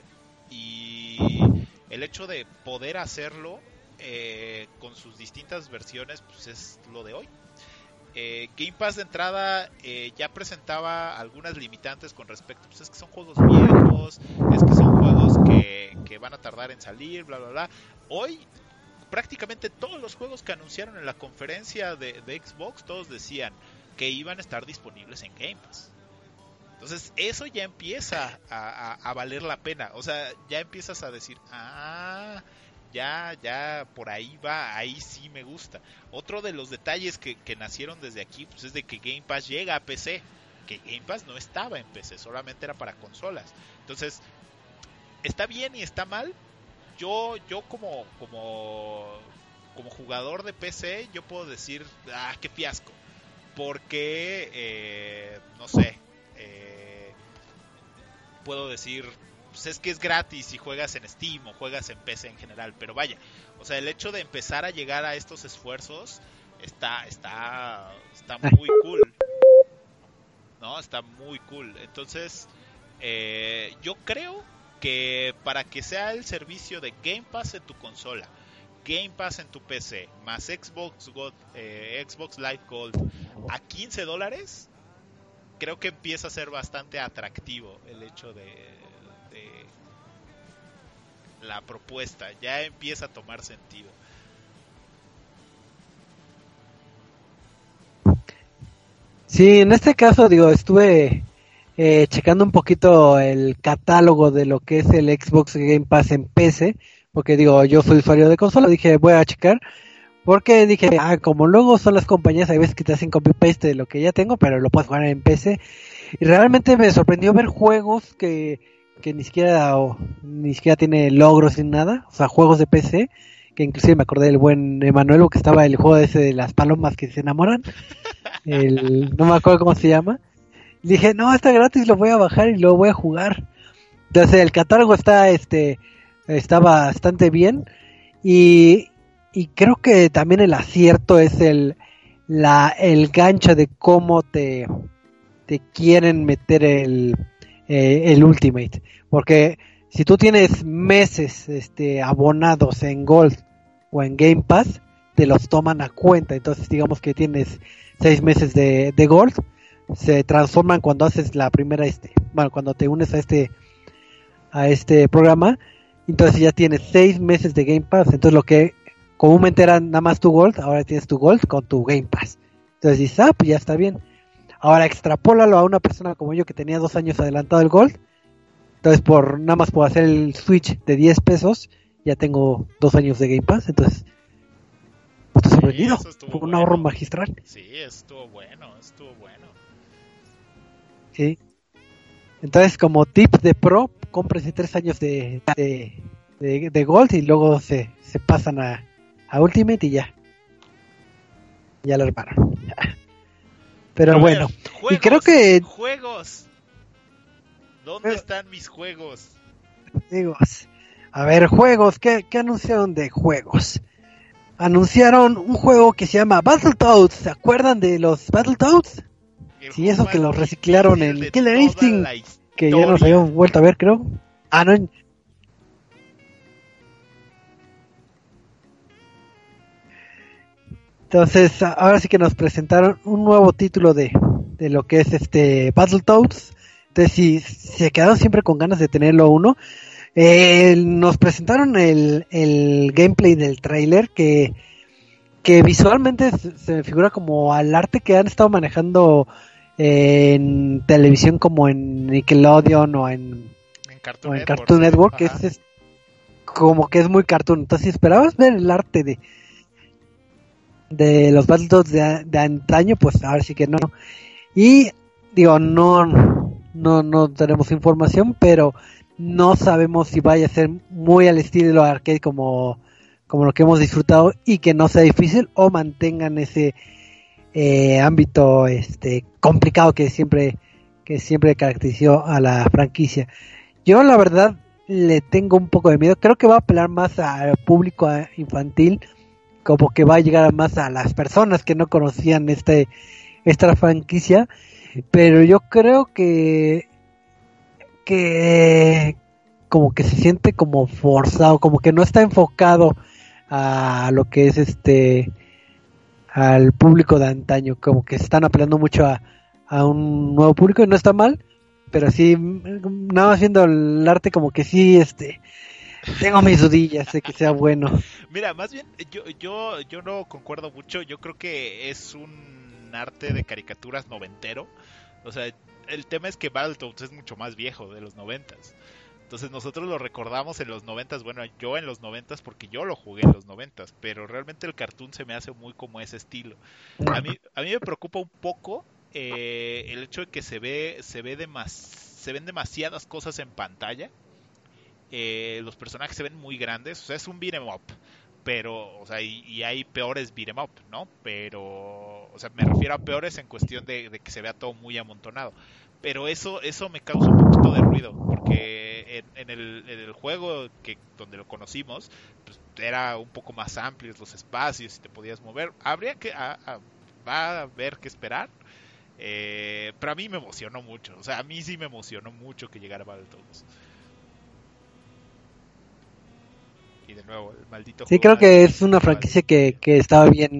[SPEAKER 2] Y el hecho de poder hacerlo eh, con sus distintas versiones, pues es lo de hoy. Eh, Game Pass de entrada eh, ya presentaba algunas limitantes con respecto, pues es que son juegos viejos, es que son juegos que, que van a tardar en salir, bla bla bla. Hoy prácticamente todos los juegos que anunciaron en la conferencia de, de Xbox, todos decían que iban a estar disponibles en Game Pass. Entonces eso ya empieza a, a, a valer la pena, o sea, ya empiezas a decir, ah... ya, ya, por ahí va, ahí sí me gusta. Otro de los detalles que, que nacieron desde aquí, pues es de que Game Pass llega a P C, que Game Pass no estaba en P C, solamente era para consolas. Entonces, está bien y está mal. Yo, yo como, como, como jugador de P C, yo puedo decir, ah, qué fiasco, porque, eh, no sé, eh, puedo decir, pues es que es gratis si juegas en Steam o juegas en P C en general, pero vaya, o sea, el hecho de empezar a llegar a estos esfuerzos está está está muy cool, ¿no? Está muy cool. Entonces, eh, yo creo que para que sea el servicio de Game Pass en tu consola, Game Pass en tu P C, más Xbox Gold, eh, Xbox Live Gold a quince dólares, creo que empieza a ser bastante atractivo el hecho de la propuesta, ya empieza a tomar sentido.
[SPEAKER 1] Sí, en este caso, digo, estuve eh, checando un poquito el catálogo de lo que es el Xbox Game Pass en P C, porque digo, yo soy usuario de consola, dije, voy a checar, porque dije, ah, como luego son las compañías, hay veces que te hacen copy-paste de lo que ya tengo, pero lo puedes jugar en P C, y realmente me sorprendió ver juegos que que ni siquiera o, ni siquiera tiene logros ni nada, o sea, juegos de P C, que inclusive me acordé del buen Emanuel, que estaba el juego ese de las palomas que se enamoran, el, no me acuerdo cómo se llama, y dije, no, está gratis, lo voy a bajar y lo voy a jugar. Entonces el catálogo está, este, está bastante bien, y, y creo que también el acierto es el, la, el gancho de cómo te, te quieren meter el Eh, el Ultimate, porque si tú tienes meses este abonados en Gold o en Game Pass, te los toman a cuenta. Entonces digamos que tienes seis meses de, de Gold, se transforman cuando haces la primera este, bueno, cuando te unes a este a este programa, entonces ya tienes seis meses de Game Pass. Entonces lo que comúnmente era nada más tu Gold, ahora tienes tu Gold con tu Game Pass. Entonces dices, ah, pues ya está bien. Ahora extrapólalo a una persona como yo que tenía dos años adelantado el Gold. Entonces por nada más por hacer el switch de diez pesos, ya tengo dos años de Game Pass. Entonces, estoy
[SPEAKER 2] Sí,
[SPEAKER 1] sorprendido.
[SPEAKER 2] eso estuvo
[SPEAKER 1] Fue un
[SPEAKER 2] bueno.
[SPEAKER 1] ahorro magistral.
[SPEAKER 2] Sí, estuvo bueno, estuvo bueno.
[SPEAKER 1] Sí. Entonces como tip de pro, cómprese tres años de, de, de, de Gold y luego se, se pasan a, a Ultimate y ya. Ya lo armaron. Pero
[SPEAKER 2] A
[SPEAKER 1] bueno,
[SPEAKER 2] ver, juegos,
[SPEAKER 1] y creo que
[SPEAKER 2] juegos. ¿Dónde
[SPEAKER 1] Pero-
[SPEAKER 2] están mis juegos?
[SPEAKER 1] Juegos. A ver, juegos, ¿qué, qué anunciaron de juegos? anunciaron un juego que se llama Battletoads. ¿Se acuerdan de los Battletoads?
[SPEAKER 2] El
[SPEAKER 1] Sí, eso
[SPEAKER 2] juego
[SPEAKER 1] que
[SPEAKER 2] más
[SPEAKER 1] los reciclaron
[SPEAKER 2] difícil de
[SPEAKER 1] en Killer
[SPEAKER 2] toda
[SPEAKER 1] Instinct,
[SPEAKER 2] la
[SPEAKER 1] que ya nos
[SPEAKER 2] historia.
[SPEAKER 1] habíamos vuelto a ver, creo. Ah, no. Entonces, a- ahora sí que nos presentaron un nuevo título de, de lo que es este Battletoads. Entonces, si se quedaron siempre con ganas de tenerlo uno, eh, nos presentaron el, el gameplay del trailer que, que visualmente se, se me figura como al arte que han estado manejando en televisión como en Nickelodeon o en,
[SPEAKER 2] En
[SPEAKER 1] o
[SPEAKER 2] Cartoon
[SPEAKER 1] en
[SPEAKER 2] Network.
[SPEAKER 1] Cartoon
[SPEAKER 2] ¿sí?
[SPEAKER 1] Network, que
[SPEAKER 2] Ajá.
[SPEAKER 1] es, es como que es muy cartoon. Entonces, si esperabas ver el arte de, de los Battletoads de, a- de antaño, pues ahora sí que no. Y digo, no, no, no tenemos información, pero no sabemos si vaya a ser muy al estilo arcade como, como lo que hemos disfrutado y que no sea difícil o mantengan ese eh, ámbito este complicado que siempre que siempre caracterizó a la franquicia. Yo la verdad le tengo un poco de miedo. Creo que va a apelar más al público eh, infantil, como que va a llegar más a las personas que no conocían este esta franquicia, pero yo creo que que como que se siente como forzado, como que no está enfocado a lo que es este al público de antaño, como que están apelando mucho a, a un nuevo público y no está mal, pero sí mm, nada más viendo el arte como que sí este tengo mis dudillas de que sea bueno.
[SPEAKER 2] Mira, más bien, yo, yo, yo no concuerdo mucho. Yo creo que es un arte de caricaturas noventero. O sea, el tema es que Battletoads es mucho más viejo, de los noventas. Entonces nosotros lo recordamos en los noventas. Bueno, yo en los noventas porque yo lo jugué en los noventas. Pero realmente el cartoon se me hace muy como ese estilo. A mí, a mí me preocupa un poco eh, el hecho de que se ve, se ve demas, se ven demasiadas cosas en pantalla. Eh, los personajes se ven muy grandes, o sea, es un beat'em up, pero, o sea, y, y hay peores beat'em up, ¿no? Pero, o sea, me refiero a peores en cuestión de, de que se vea todo muy amontonado. Pero eso, eso me causa un poquito de ruido, porque en, en, el, en el juego que donde lo conocimos, pues, era un poco más amplios los espacios y te podías mover. Habría que, a, a, va a haber que esperar. Eh, pero a mí me emocionó mucho, o sea, a mí sí me emocionó mucho que llegara Battletoads. Y de nuevo, el maldito
[SPEAKER 1] Sí,
[SPEAKER 2] juego
[SPEAKER 1] creo
[SPEAKER 2] más
[SPEAKER 1] que es una
[SPEAKER 2] difícil de toda la
[SPEAKER 1] franquicia que,
[SPEAKER 2] historia.
[SPEAKER 1] que estaba bien.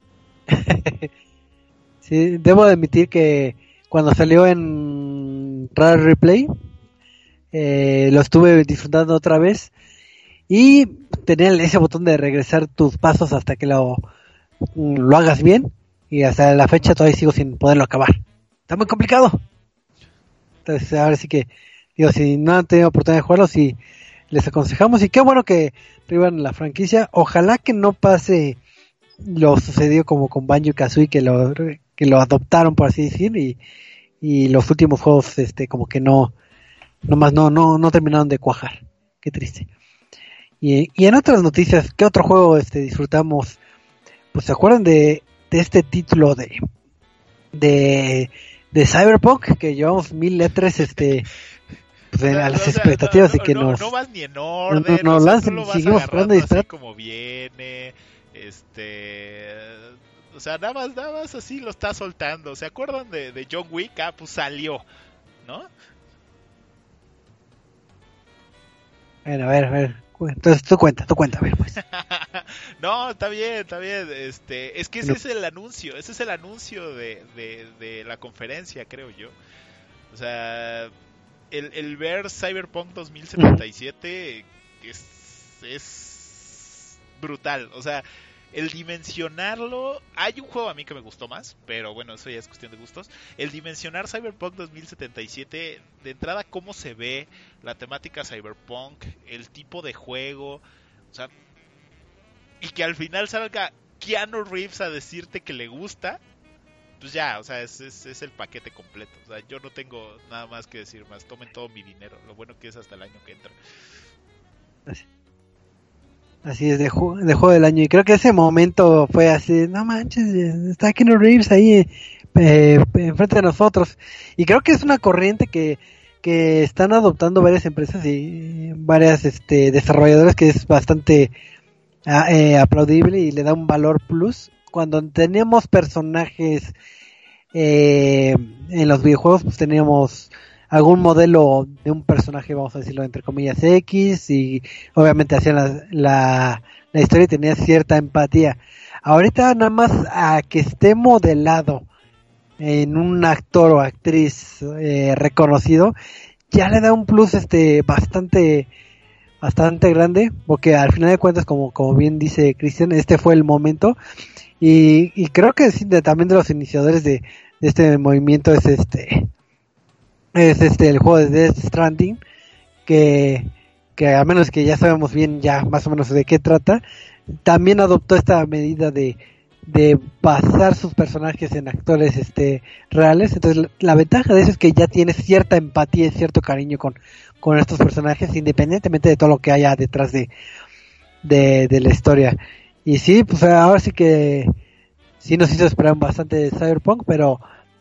[SPEAKER 1] Sí, debo de admitir que cuando salió en Rare Replay, eh, lo estuve disfrutando otra vez y tenía ese botón de regresar tus pasos hasta que lo, lo hagas bien y hasta la fecha todavía sigo sin poderlo acabar. Está muy complicado. Entonces ahora sí que, digo, si no han tenido oportunidad de jugarlo, sí les aconsejamos y qué bueno que revivan la franquicia. Ojalá que no pase lo sucedió como con Banjo-Kazooie, que lo que lo adoptaron por así decir y, y los últimos juegos este como que no nomás no no no terminaron de cuajar. Qué triste. Y, y en otras noticias, ¿qué otro juego este disfrutamos? Pues se acuerdan de, de este título de de de Cyberpunk que llevamos mil letras este pues,
[SPEAKER 2] O
[SPEAKER 1] en-
[SPEAKER 2] sea,
[SPEAKER 1] a las
[SPEAKER 2] o sea,
[SPEAKER 1] expectativas
[SPEAKER 2] no,
[SPEAKER 1] de que
[SPEAKER 2] no,
[SPEAKER 1] nos
[SPEAKER 2] no vas ni en
[SPEAKER 1] no, no,
[SPEAKER 2] orden, o
[SPEAKER 1] no
[SPEAKER 2] sea, tú
[SPEAKER 1] lancen
[SPEAKER 2] lo
[SPEAKER 1] y
[SPEAKER 2] vas
[SPEAKER 1] seguimos esperando
[SPEAKER 2] agarrando
[SPEAKER 1] y
[SPEAKER 2] así
[SPEAKER 1] esperando.
[SPEAKER 2] como viene, este, o sea, nada más, nada más así lo está soltando. ¿Se acuerdan de, de John Wick? Ah, pues salió, ¿no?
[SPEAKER 1] Bueno, a ver, a ver. Entonces tú cuenta, tú cuenta, a ver pues.
[SPEAKER 2] No, está bien, está bien. Este, es que ese
[SPEAKER 1] Bueno,
[SPEAKER 2] es el anuncio, ese es el anuncio de, de, de la conferencia, creo yo. O sea, el, el ver Cyberpunk dos mil setenta y siete es, es brutal. O sea, el dimensionarlo... Hay un juego a mí que me gustó más, pero bueno, eso ya es cuestión de gustos. El dimensionar Cyberpunk dos mil setenta y siete, de entrada, cómo se ve, la temática Cyberpunk, el tipo de juego, o sea, y que al final salga Keanu Reeves a decirte que le gusta, pues ya, o sea, es, es, es el paquete completo. O sea, yo no tengo nada más que decir más. Tomen todo mi dinero. Lo bueno que es hasta el año que entra.
[SPEAKER 1] así, así es, de, ju- de juego del año. Y creo que ese momento fue así, no manches, está Keanu Reeves ahí eh, eh, enfrente de nosotros. Y creo que es una corriente que, que están adoptando varias empresas y varias este, desarrolladoras que es bastante a, eh, aplaudible y le da un valor plus. Cuando teníamos personajes eh, en los videojuegos, pues teníamos algún modelo de un personaje, vamos a decirlo entre comillas, X, y obviamente hacían la, la, la historia y tenía cierta empatía. Ahorita nada más a que esté modelado en un actor o actriz eh, reconocido, ya le da un plus este bastante bastante grande, porque al final de cuentas, como, como bien dice Cristian, este fue el momento, y, y creo que sí, de, también de los iniciadores de, de este movimiento es este es este el juego de Death Stranding, que, que a menos que ya sabemos bien ya más o menos de qué trata, también adoptó esta medida de de basar sus personajes en actores este reales. Entonces la, la ventaja de eso es que ya tienes cierta empatía y cierto cariño con, con estos personajes, independientemente de todo lo que haya detrás de, de, de la historia. Y sí, pues ahora sí que sí nos hizo esperar bastante de Cyberpunk, pero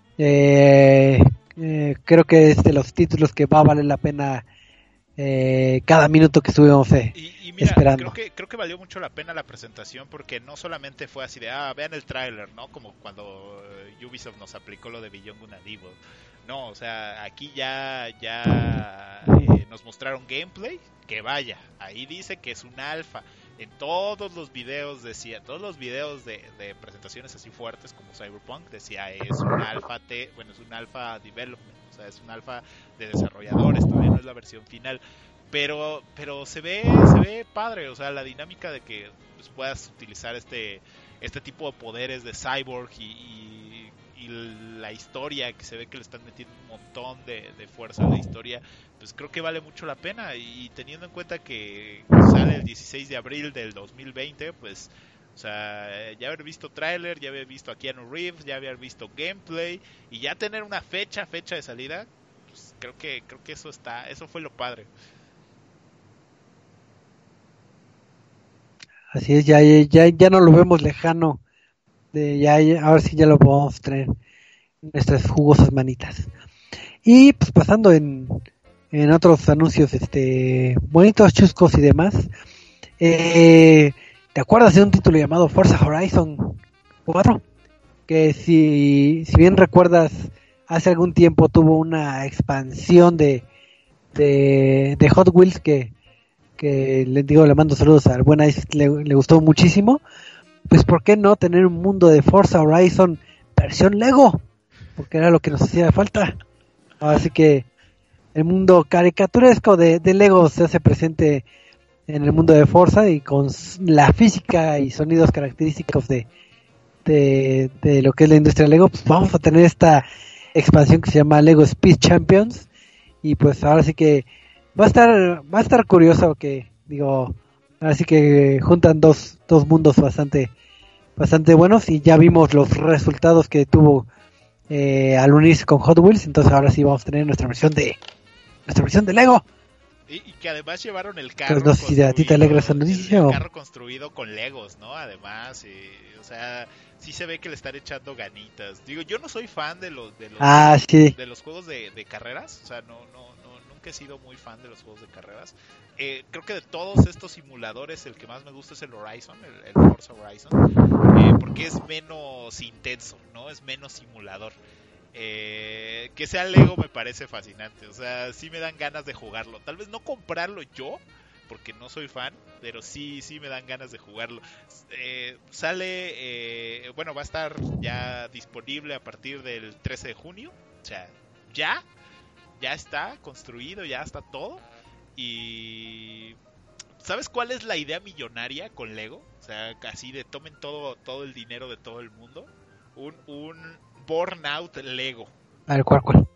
[SPEAKER 1] eh, eh, creo que es de los títulos que va a valer la pena eh, cada minuto que estuvimos eh,
[SPEAKER 2] y, y mira,
[SPEAKER 1] esperando.
[SPEAKER 2] Creo que, creo que valió mucho la pena la presentación, porque no solamente fue así de, ah, vean el tráiler, ¿no? Como cuando Ubisoft nos aplicó lo de Beyond Good and Evil. No, o sea, aquí ya, ya eh, nos mostraron gameplay, que vaya, ahí dice que es un alfa. En todos los videos decía, todos los videos de, de presentaciones así fuertes como Cyberpunk decía, es un alfa T, bueno, es un alfa development, o sea, es un alfa de desarrolladores, todavía no es la versión final, pero pero se ve se ve padre, o sea, la dinámica de que pues, puedas utilizar este este tipo de poderes de Cyborg y, y, y la historia, que se ve que le están metiendo un montón de, de fuerza a la historia, pues creo que vale mucho la pena, y teniendo en cuenta que sale el dieciséis de abril del dos mil veinte, pues, o sea, ya haber visto tráiler, ya haber visto a Keanu Reeves, ya haber visto gameplay, y ya tener una fecha, fecha de salida, pues creo que creo que eso está, eso fue lo padre.
[SPEAKER 1] Así es, ya, ya, ya no lo vemos lejano, de ya, ya ahora sí ya lo podemos tener en nuestras jugosas manitas. Y pues pasando en, en otros anuncios este bonitos, chuscos y demás, eh, ¿te acuerdas de un título llamado Forza Horizon cuatro? Que si, si bien recuerdas, hace algún tiempo tuvo una expansión de, de, de Hot Wheels que, que le digo, le mando saludos al buen Ice, le, le gustó muchísimo. Pues ¿por qué no tener un mundo de Forza Horizon versión Lego? Porque era lo que nos hacía falta. Así que el mundo caricaturesco de, de Lego se hace presente en el mundo de Forza, y con la física y sonidos característicos de, de, de lo que es la industria Lego, pues vamos a tener esta expansión que se llama Lego Speed Champions, y pues ahora sí que va a estar va a estar curioso, que digo, ahora sí que juntan dos, dos mundos bastante bastante buenos, y ya vimos los resultados que tuvo eh, al unirse con Hot Wheels. Entonces ahora sí vamos a tener nuestra versión de nuestra versión de Lego.
[SPEAKER 2] Y, y que además llevaron el carro
[SPEAKER 1] pues no sé si a ti te alegra esa noticia,
[SPEAKER 2] el,
[SPEAKER 1] o...
[SPEAKER 2] el carro construido con Legos, ¿no? Además, y, o sea, sí se ve que le están echando ganitas. Digo, yo no soy fan de los de los,
[SPEAKER 1] ah, sí.
[SPEAKER 2] de los juegos de, de carreras, o sea, no no no nunca he sido muy fan de los juegos de carreras. Eh, creo que de todos estos simuladores el que más me gusta es el Horizon, el, el Forza Horizon, eh, porque es menos intenso, ¿no? Es menos simulador. Eh, que sea Lego me parece fascinante, o sea, sí me dan ganas de jugarlo. Tal vez no comprarlo yo, porque no soy fan, pero sí, sí me dan ganas de jugarlo. Eh, sale, eh, bueno, va a estar ya disponible a partir del trece de junio, o sea, ya, ya está construido, ya está todo. Y ¿sabes cuál es la idea millonaria con Lego? O sea, así de tomen todo, todo el dinero de todo el mundo. Un, un Burnout Lego.
[SPEAKER 1] A ver, ¿cuál, cuál?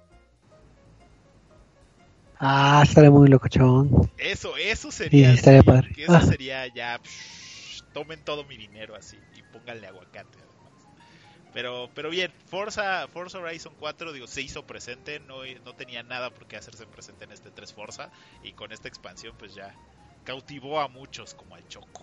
[SPEAKER 1] Ah, estaría muy locochón.
[SPEAKER 2] Eso, eso sería.
[SPEAKER 1] Sí, estaría
[SPEAKER 2] así,
[SPEAKER 1] padre.
[SPEAKER 2] Eso
[SPEAKER 1] Ah.
[SPEAKER 2] sería ya. Psh, tomen todo mi dinero así y pónganle aguacate además. Pero, pero bien, Forza, Forza Horizon cuatro, digo, se hizo presente, no, no tenía nada por qué hacerse presente en este tres Forza, y con esta expansión pues ya cautivó a muchos como al Choco.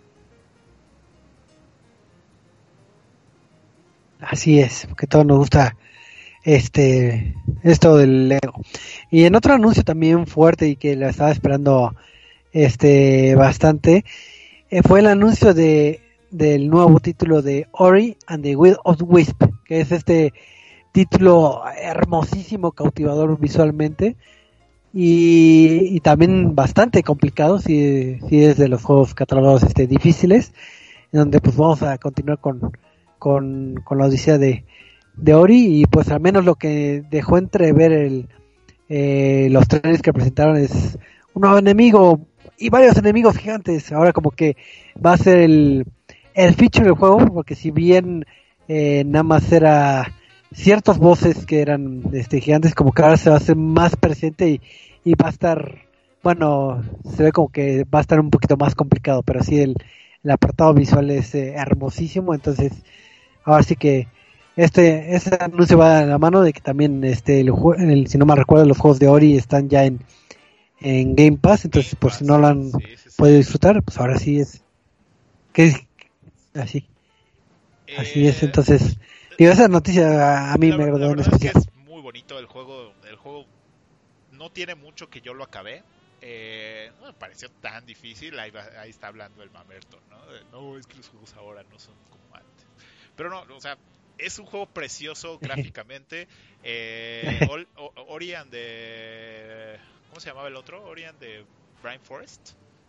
[SPEAKER 1] Así es, porque todos nos gusta este esto del Lego. Y en otro anuncio también fuerte y que la estaba esperando este bastante, eh, fue el anuncio de del nuevo título de Ori and the Will of the Wisp, que es este título hermosísimo, cautivador visualmente y, y también bastante complicado, si, si es de los juegos catalogados este difíciles, donde pues vamos a continuar con con, con la odisea de, de Ori, y pues al menos lo que dejó entrever el eh, los trailers que presentaron es un nuevo enemigo y varios enemigos gigantes. Ahora como que va a ser el el feature del juego, porque si bien eh, nada más era ciertos voces que eran este gigantes, como que ahora se va a hacer más presente y, y va a estar, bueno, se ve como que va a estar un poquito más complicado, pero sí el, el apartado visual es eh, hermosísimo. Entonces ahora sí que este este anuncio va a la mano de que también este el, el si no me recuerdo, los juegos de Ori están ya en en Game Pass, entonces por si no lo han sí, sí, sí. podido disfrutar, pues ahora sí es que así eh, así es. Entonces digo, esa noticia a, a mí me agradó en especial.
[SPEAKER 2] Es, que es muy bonito el juego. El juego no tiene mucho que yo lo acabé. Eh, no me pareció tan difícil. Ahí, va, ahí está hablando el Mamerto, ¿no? No, es que los juegos ahora no son como antes. Pero no, o sea, es un juego precioso gráficamente. eh, Ol, o, Ori and the... ¿Cómo se llamaba el otro? Ori and the Blind Forest.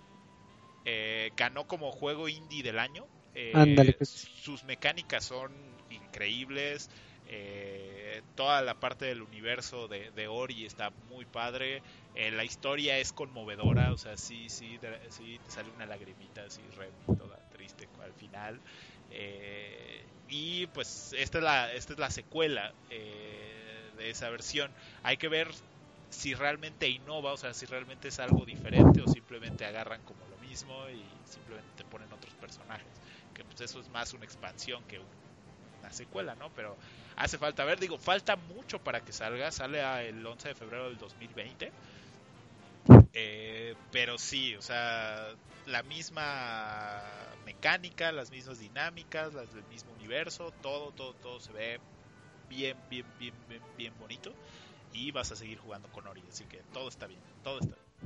[SPEAKER 2] Eh, ganó como juego indie del año. Eh, Ándale, pues. Sus mecánicas son increíbles. Eh, toda la parte del universo de, de Ori está muy padre. Eh, la historia es conmovedora. O sea, sí, sí, de, sí te sale una lagrimita así, re, toda triste al final. Eh, y pues esta es la, esta es la secuela eh, de esa versión. Hay que ver si realmente innova, o sea, si realmente es algo diferente o simplemente agarran como lo mismo y simplemente te ponen otros personajes, que pues eso es más una expansión que una secuela, ¿no? Pero hace falta ver, digo, falta mucho para que salga, sale el once de febrero del dos mil veinte, eh, pero sí, o sea, la misma mecánica, las mismas dinámicas, las del mismo universo, todo, todo, todo se ve bien, bien, bien, bien, bien bonito. Y vas a seguir jugando con Ori, así que todo está bien, todo está bien.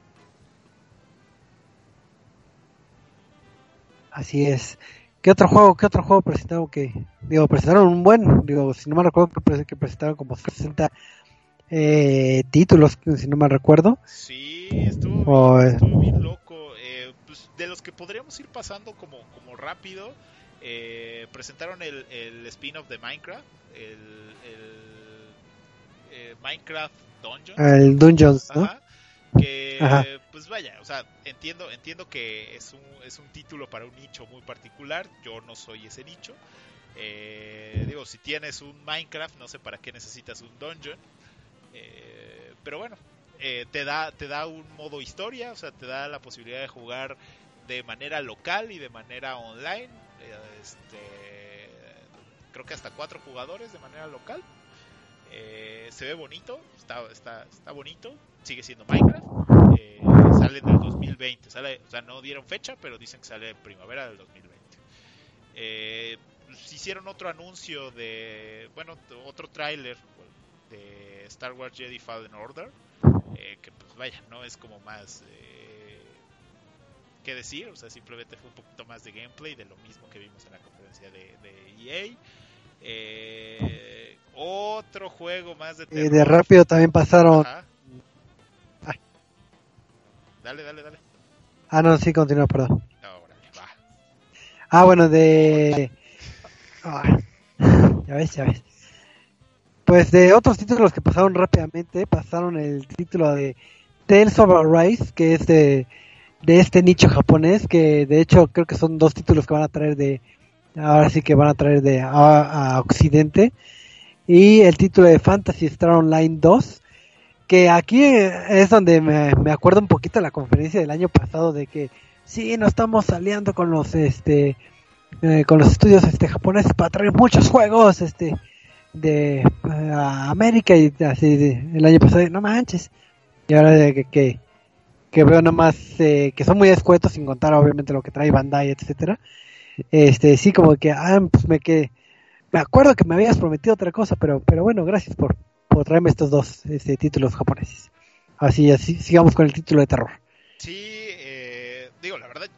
[SPEAKER 1] Así es. ¿Qué otro juego, qué otro juego presentaron que, digo, presentaron un buen, digo, si no me recuerdo, que presentaron como sesenta eh, títulos, si no me recuerdo?
[SPEAKER 2] Sí, estuvo, oh, bien, estuvo bien loco. Eh, pues de los que podríamos ir pasando como, como rápido, eh, presentaron el, el spin-off de Minecraft, el... el Eh, Minecraft Dungeons.
[SPEAKER 1] El Dungeons, ¿no?
[SPEAKER 2] Ajá, que Ajá. pues vaya, o sea, entiendo entiendo que es un es un título para un nicho muy particular. Yo no soy ese nicho. Eh, digo, si tienes un Minecraft, no sé para qué necesitas un dungeon. Eh, pero bueno, eh, te da te da un modo historia, o sea, te da la posibilidad de jugar de manera local y de manera online. Eh, este, creo que hasta cuatro jugadores de manera local. Eh, se ve bonito, está, está, está bonito, sigue siendo Minecraft. Eh, sale en el dos mil veinte, sale, o sea, no dieron fecha, pero dicen que sale en primavera del dos mil veinte. Eh, pues hicieron otro anuncio de, bueno, otro tráiler de Star Wars Jedi Fallen Order, eh, que pues vaya, no es como más eh, que decir, o sea, simplemente fue un poquito más de gameplay de lo mismo que vimos en la conferencia de, de E A. Eh, otro juego más de terror.
[SPEAKER 1] Eh, de rápido también pasaron.
[SPEAKER 2] Dale, dale, dale.
[SPEAKER 1] Ah, no, sí, continúa, perdón.
[SPEAKER 2] Órale, va.
[SPEAKER 1] Ah, bueno, de... Ah, ya ves, ya ves. Pues de otros títulos que pasaron rápidamente, pasaron el título de Tales of Arise, que es de, de este nicho japonés, que de hecho creo que son dos títulos que van a traer de... Ahora sí que van a traer de a, a Occidente. Y el título de Phantasy Star Online dos, que aquí es donde me, me acuerdo un poquito de la conferencia del año pasado de que sí, nos estamos aliando con los este eh, con los estudios este japoneses para traer muchos juegos este de uh, América, y así de, el año pasado, no manches. Y ahora de que, que, que veo nomás eh, que son muy escuetos, sin contar obviamente lo que trae Bandai, etcétera. Este, sí, como que, ah, pues me quedé, me acuerdo que me habías prometido otra cosa, pero, pero bueno, gracias por, por traerme estos dos este, títulos japoneses. Así, así, sigamos con el título de terror.
[SPEAKER 2] Sí, eh, digo, la verdad, yo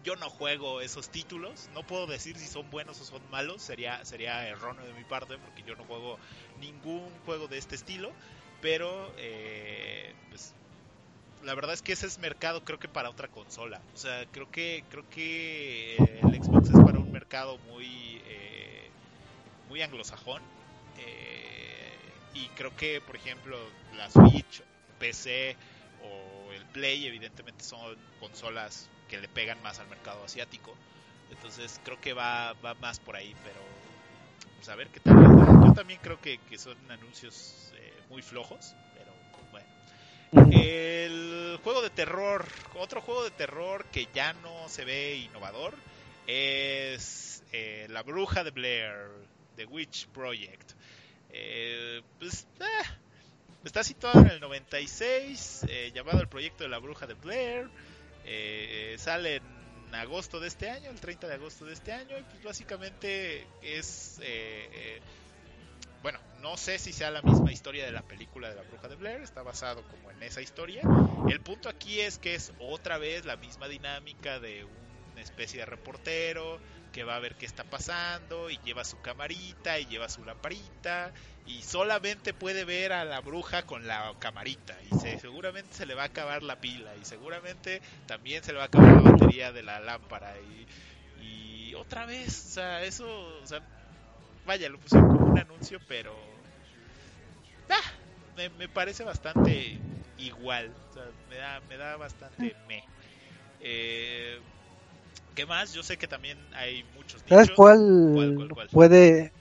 [SPEAKER 2] yo no juego esos títulos, no puedo decir si son buenos o son malos, sería sería erróneo de mi parte porque yo no juego ningún juego de este estilo, pero eh, pues la verdad es que ese es mercado creo que para otra consola, o sea, creo que creo que el Xbox es para un mercado muy eh, muy anglosajón, eh, y creo que por ejemplo la Switch, P C o el Play evidentemente son consolas que le pegan más al mercado asiático, entonces creo que va, va más por ahí, pero pues a ver qué tal. Yo también creo que, que son anuncios eh, muy flojos, pero bueno. El juego de terror, otro juego de terror que ya no se ve innovador es eh, La Bruja de Blair, The Witch Project. Eh, pues eh, está situado en el noventa y seis, eh, llamado el proyecto de La Bruja de Blair. Eh, sale en agosto de este año, el treinta de agosto de este año, y pues básicamente es eh, eh, bueno, no sé si sea la misma historia de la película de La Bruja de Blair, está basado como en esa historia. El punto aquí es que es otra vez la misma dinámica de una especie de reportero que va a ver qué está pasando y lleva su camarita y lleva su lamparita y solamente puede ver a la bruja con la camarita y se, seguramente se le va a acabar la pila y seguramente también se le va a acabar la batería de la lámpara y, y otra vez, o sea, eso, o sea, vaya, lo pusieron como un anuncio, pero ah, me, me parece bastante igual, o sea, me da, me da bastante me. Eh, ¿Qué más? Yo sé que también hay muchos
[SPEAKER 1] ¿Sabes
[SPEAKER 2] nichos.
[SPEAKER 1] cuál,
[SPEAKER 2] ¿Cuál, cuál, cuál?
[SPEAKER 1] puede?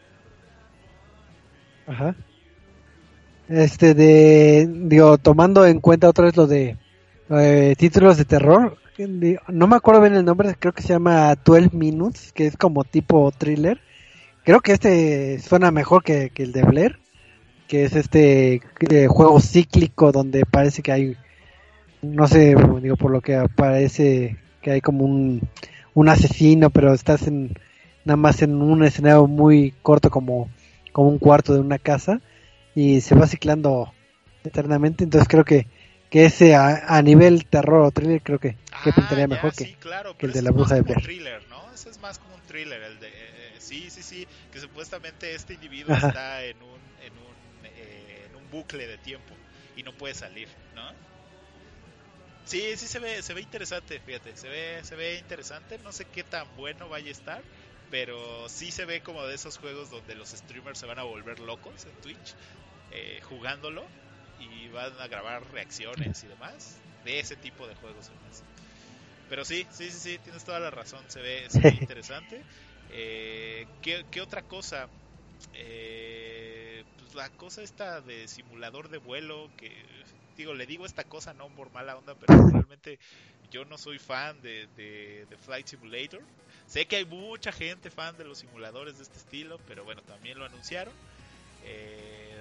[SPEAKER 1] Ajá. Este de, digo, tomando en cuenta otra vez lo de eh, títulos de terror, no me acuerdo bien el nombre, creo que se llama doce Minutes, que es como tipo thriller. Creo que este suena mejor que, que el de Blair, que es este eh, juego cíclico donde parece que hay, no sé, digo, por lo que parece que hay como un, un asesino, pero estás en nada más en un escenario muy corto, como, como un cuarto de una casa, y se va ciclando eternamente. Entonces creo que, que ese a, a nivel terror o thriller creo que, que
[SPEAKER 2] ah,
[SPEAKER 1] pintaría
[SPEAKER 2] ya,
[SPEAKER 1] mejor
[SPEAKER 2] sí,
[SPEAKER 1] que,
[SPEAKER 2] claro,
[SPEAKER 1] que el
[SPEAKER 2] pero
[SPEAKER 1] de La Bruja de
[SPEAKER 2] es más como
[SPEAKER 1] Blair.
[SPEAKER 2] un thriller, ¿no? Ese es más como un thriller, el de eh, sí, sí, sí, que supuestamente este individuo
[SPEAKER 1] Ajá.
[SPEAKER 2] está en un en un eh, en un bucle de tiempo y no puede salir, ¿no? Sí, sí se ve, se ve interesante, fíjate, se ve, se ve interesante, no sé qué tan bueno vaya a estar, pero sí se ve como de esos juegos donde los streamers se van a volver locos en Twitch, eh, jugándolo, y van a grabar reacciones y demás, de ese tipo de juegos además. Pero sí, sí, sí, sí, tienes toda la razón, se ve, se ve interesante. Eh, ¿qué, ¿Qué otra cosa? Eh, pues la cosa esta de simulador de vuelo, que digo, le digo esta cosa no por mala onda, pero realmente yo no soy fan de, de, de Flight Simulator. Sé que hay mucha gente fan de los simuladores de este estilo, pero bueno, también lo anunciaron. Eh,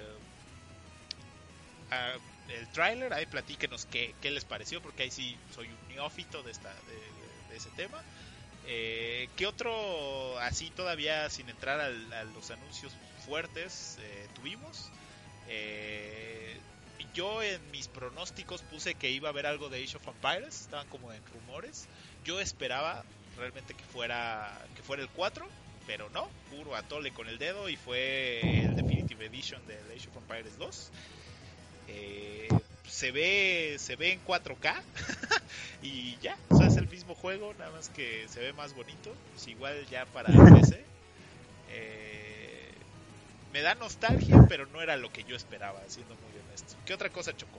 [SPEAKER 2] ah, el tráiler, ahí platíquenos qué, qué les pareció, porque ahí sí soy un neófito de, esta, de, de, de ese tema. Eh, ¿Qué otro, así todavía sin entrar al, a los anuncios fuertes, eh, tuvimos? Eh, yo en mis pronósticos puse que iba a haber algo de Age of Empires, estaban como en rumores. Yo esperaba realmente que fuera que fuera el cuatro, pero no, puro atole con el dedo y fue el Definitive Edition de Age of Empires dos. Eh, se ve se ve en cuatro K y ya, o sea, es el mismo juego, nada más que se ve más bonito, pues igual ya para P C. Eh, me da nostalgia, pero no era lo que yo esperaba, siendo muy honesto. ¿Qué otra cosa, Choco?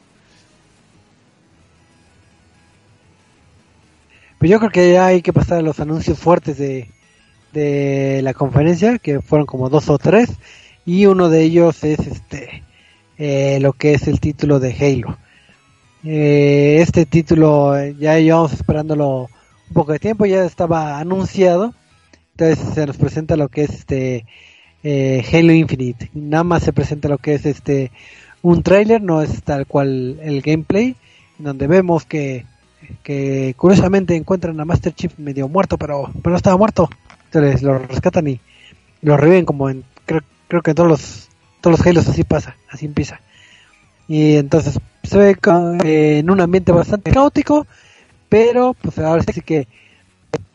[SPEAKER 1] Pues yo creo que ya hay que pasar a los anuncios fuertes de, de la conferencia, que fueron como dos o tres, y uno de ellos es este eh, lo que es el título de Halo. Eh, este título ya llevamos esperándolo un poco de tiempo, ya estaba anunciado, entonces se nos presenta lo que es este eh, Halo Infinite. Nada más se presenta lo que es este un tráiler, no es tal cual el gameplay, donde vemos que que curiosamente encuentran a Master Chief medio muerto, pero pero no estaba muerto, entonces lo rescatan y lo reviven, como en creo, creo que en todos los todos los Halos así pasa, así empieza. Y entonces se ve eh, en un ambiente bastante caótico, pero pues ahora sí que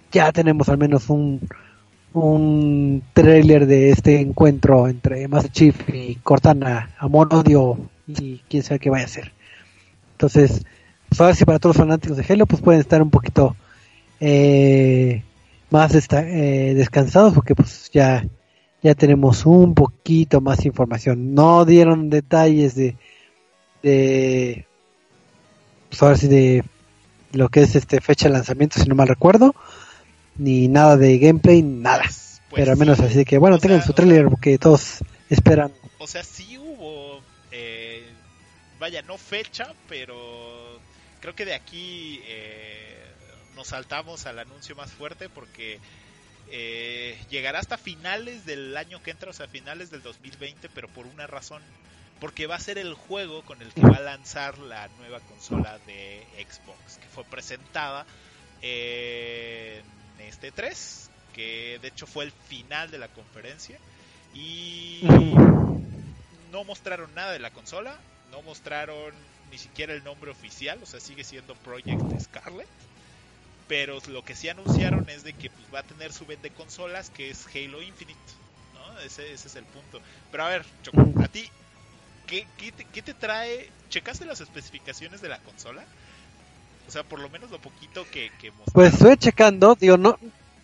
[SPEAKER 1] ya tenemos al menos un un trailer de este encuentro entre Master Chief y Cortana, Amon Odio y quién sabe qué vaya a ser. Entonces, pues ahora sí, para todos los fanáticos de Halo, pues pueden estar un poquito eh, más esta, eh, descansados, porque pues ya ya tenemos un poquito más información. No dieron detalles de de pues ahora sí de lo que es este fecha de lanzamiento, si no mal recuerdo, ni nada de gameplay, nada. Pues, pues pero al menos sí, así que bueno, tengan sea, su trailer sea, porque todos esperan.
[SPEAKER 2] O sea, sí hubo eh, vaya, no fecha, pero creo que de aquí eh, nos saltamos al anuncio más fuerte, porque eh, llegará hasta finales del año que entra, o sea, finales del dos mil veinte, pero por una razón, porque va a ser el juego con el que va a lanzar la nueva consola de Xbox, que fue presentada en este tres, que de hecho fue el final de la conferencia, y no mostraron nada de la consola, no mostraron ni siquiera el nombre oficial, o sea, sigue siendo Project Scarlet, pero lo que sí anunciaron es de que pues, va a tener su vende consolas, que es Halo Infinite, ¿no? Ese, ese es el punto. Pero a ver, Choco, a ti, ¿qué, qué, te, ¿qué te trae? ¿Checaste las especificaciones de la consola? O sea, por lo menos lo poquito que, que mostraron.
[SPEAKER 1] Pues estoy checando, digo, no...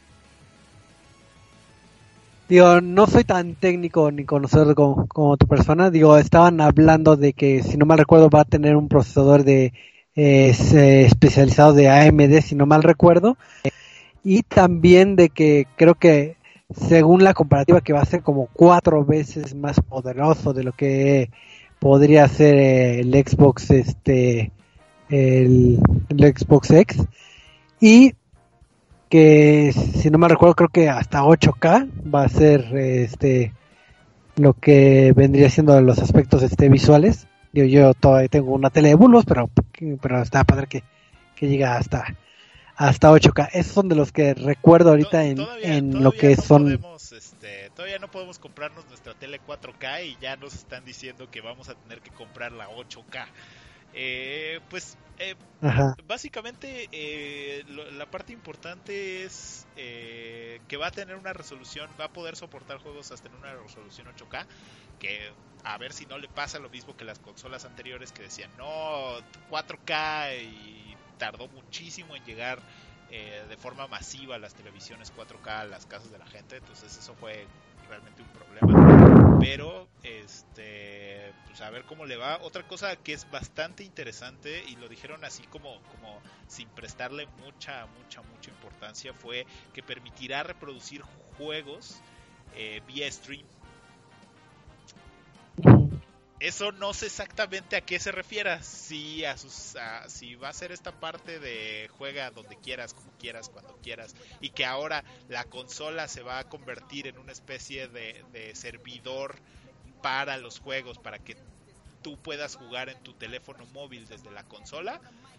[SPEAKER 1] Digo, no soy tan técnico ni conocedor como, como tu persona. Digo, estaban hablando de que, si no mal recuerdo, va a tener un procesador de eh, especializado de A M D, si no mal recuerdo. Y también de que creo que, según la comparativa, que va a ser como cuatro veces más poderoso de lo que podría ser el Xbox, este, el, el Xbox X. Y que, si no me recuerdo, creo que hasta ocho K va a ser este lo que vendría siendo los aspectos este visuales. Yo, yo todavía tengo una tele de bulbos, pero pero está padre que, que llega hasta hasta ocho K. Esos son de los que recuerdo ahorita en, todavía, en todavía lo que
[SPEAKER 2] no
[SPEAKER 1] son...
[SPEAKER 2] Podemos, este, todavía no podemos comprarnos nuestra tele cuatro K y ya nos están diciendo que vamos a tener que comprar la ocho K. Eh, pues eh, básicamente eh, lo, la parte importante es eh, que va a tener una resolución, va a poder soportar juegos hasta en una resolución ocho K, que a ver si no le pasa lo mismo que las consolas anteriores, que decían no, cuatro K, y tardó muchísimo en llegar eh, de forma masiva a las televisiones cuatro K a las casas de la gente. Entonces eso fue realmente un problema, pero este pues a ver cómo le va. Otra cosa que es bastante interesante, y lo dijeron así como como sin prestarle mucha mucha mucha importancia, fue que permitirá reproducir juegos eh, vía stream. Eso no sé exactamente a qué se refiera, si a sus a, si va a ser esta parte de juega donde quieras, como quieras, cuando quieras, y que ahora la consola se va a convertir en una especie de, de servidor para los juegos, para que tú puedas jugar en tu teléfono móvil desde la consola.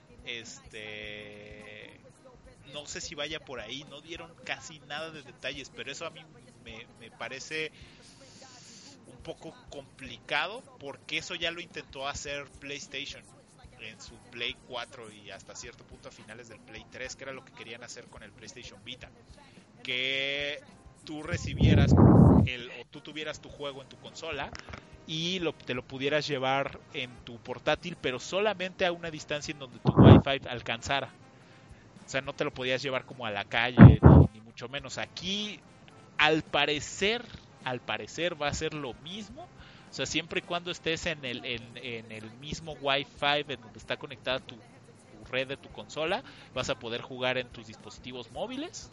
[SPEAKER 2] Este, no sé si vaya por ahí, no dieron casi nada de detalles, pero eso a mí me, me parece un poco complicado, porque eso ya lo intentó hacer PlayStation en su Play cuatro y hasta cierto punto a finales del Play tres, que era lo que querían hacer con el PlayStation Vita, que tú recibieras el, o tú tuvieras tu juego en tu consola y lo, te lo pudieras llevar en tu portátil, pero solamente a una distancia en donde tu Wi-Fi alcanzara. O sea, no te lo podías llevar como a la calle, ni, ni mucho menos. Aquí, al parecer, al parecer va a ser lo mismo. O sea, siempre y cuando estés en el, en, en el mismo Wi-Fi en donde está conectada tu, tu red de tu consola, vas a poder jugar en tus dispositivos móviles.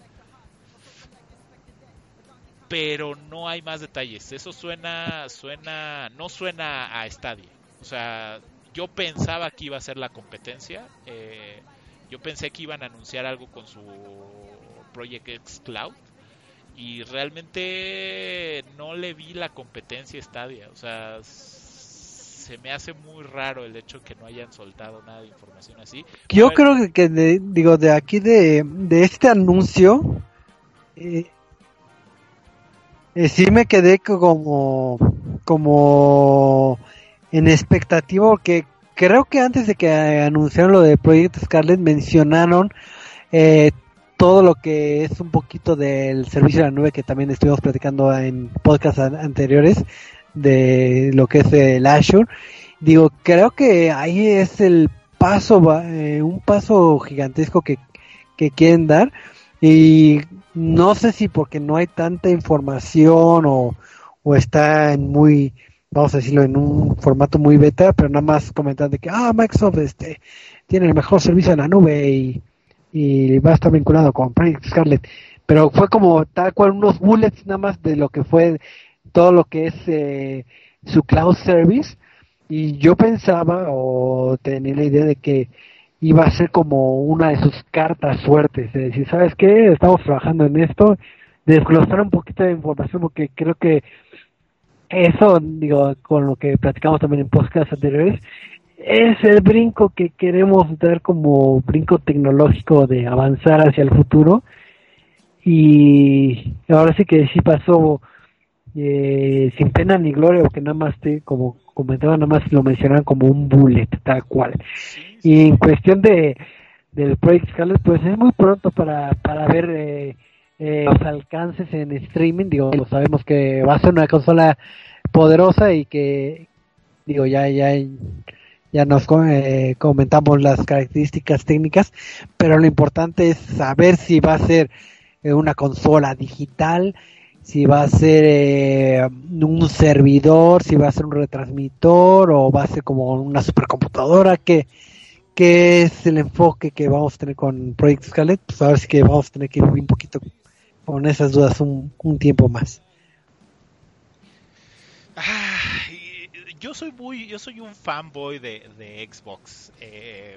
[SPEAKER 2] Pero no hay más detalles. Eso suena, suena, no suena a Stadia. O sea, yo pensaba que iba a ser la competencia. Eh, yo pensé que iban a anunciar algo con su Project X Cloud. Y realmente no le vi la competencia a Stadia. O sea, se me hace muy raro el hecho que no hayan soltado nada de información así.
[SPEAKER 1] Yo ver, creo que, de, digo, de aquí de, de este anuncio... Eh... Eh, sí me quedé como como en expectativa, porque creo que antes de que anunciaron lo de Project Scarlet mencionaron eh, todo lo que es un poquito del servicio de la nube que también estuvimos platicando en podcasts anteriores de lo que es el Azure. Digo, creo que ahí es el paso, eh, un paso gigantesco que, que quieren dar, y no sé si porque no hay tanta información o, o está en muy, vamos a decirlo, en un formato muy beta, pero nada más comentar de que, ah, Microsoft este tiene el mejor servicio en la nube y, y va a estar vinculado con Project Scarlett, pero fue como tal cual unos bullets nada más de lo que fue todo lo que es eh, su cloud service, y yo pensaba o tenía la idea de que iba a ser como una de sus cartas fuertes, de decir, ¿sabes qué? Estamos trabajando en esto, desglosar un poquito de información, porque creo que eso, digo, con lo que platicamos también en podcasts anteriores, es el brinco que queremos dar como brinco tecnológico de avanzar hacia el futuro, y ahora sí que sí pasó eh, sin pena ni gloria, o que nada más te, como comentaba, nada más lo mencionaban como un bullet, tal cual. Y en cuestión de del Project Scarlett, pues es muy pronto para, para ver eh, eh, los alcances en streaming. Digo, lo sabemos que va a ser una consola poderosa y que, digo, ya ya ya nos eh, comentamos las características técnicas, pero lo importante es saber si va a ser eh, una consola digital, si va a ser eh, un servidor, si va a ser un retransmitor o va a ser como una supercomputadora, que, que es el enfoque que vamos a tener con Project Scarlett. Pues ahora sí que vamos a tener que ir un poquito con esas dudas un, un tiempo más.
[SPEAKER 2] Ah, yo soy muy, yo soy un fanboy de, de Xbox. Eh,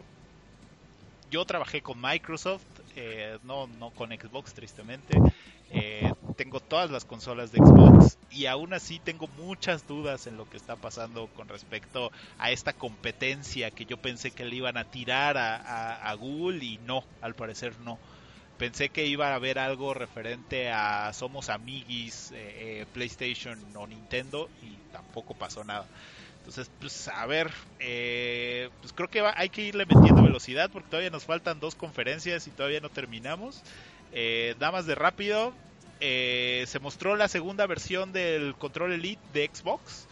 [SPEAKER 2] yo trabajé con Microsoft, eh, no, no con Xbox, tristemente. Eh, tengo todas las consolas de Xbox y aún así tengo muchas dudas en lo que está pasando con respecto a esta competencia que yo pensé que le iban a tirar a, a, a Google, y no, al parecer no. Pensé que iba a haber algo referente a somos amiguis, eh, eh, PlayStation o Nintendo, y tampoco pasó nada. Entonces, pues a ver, eh, pues creo que va, hay que irle metiendo velocidad porque todavía nos faltan dos conferencias y todavía no terminamos. Eh, nada más de rápido, eh, se mostró la segunda versión del Control Elite de Xbox.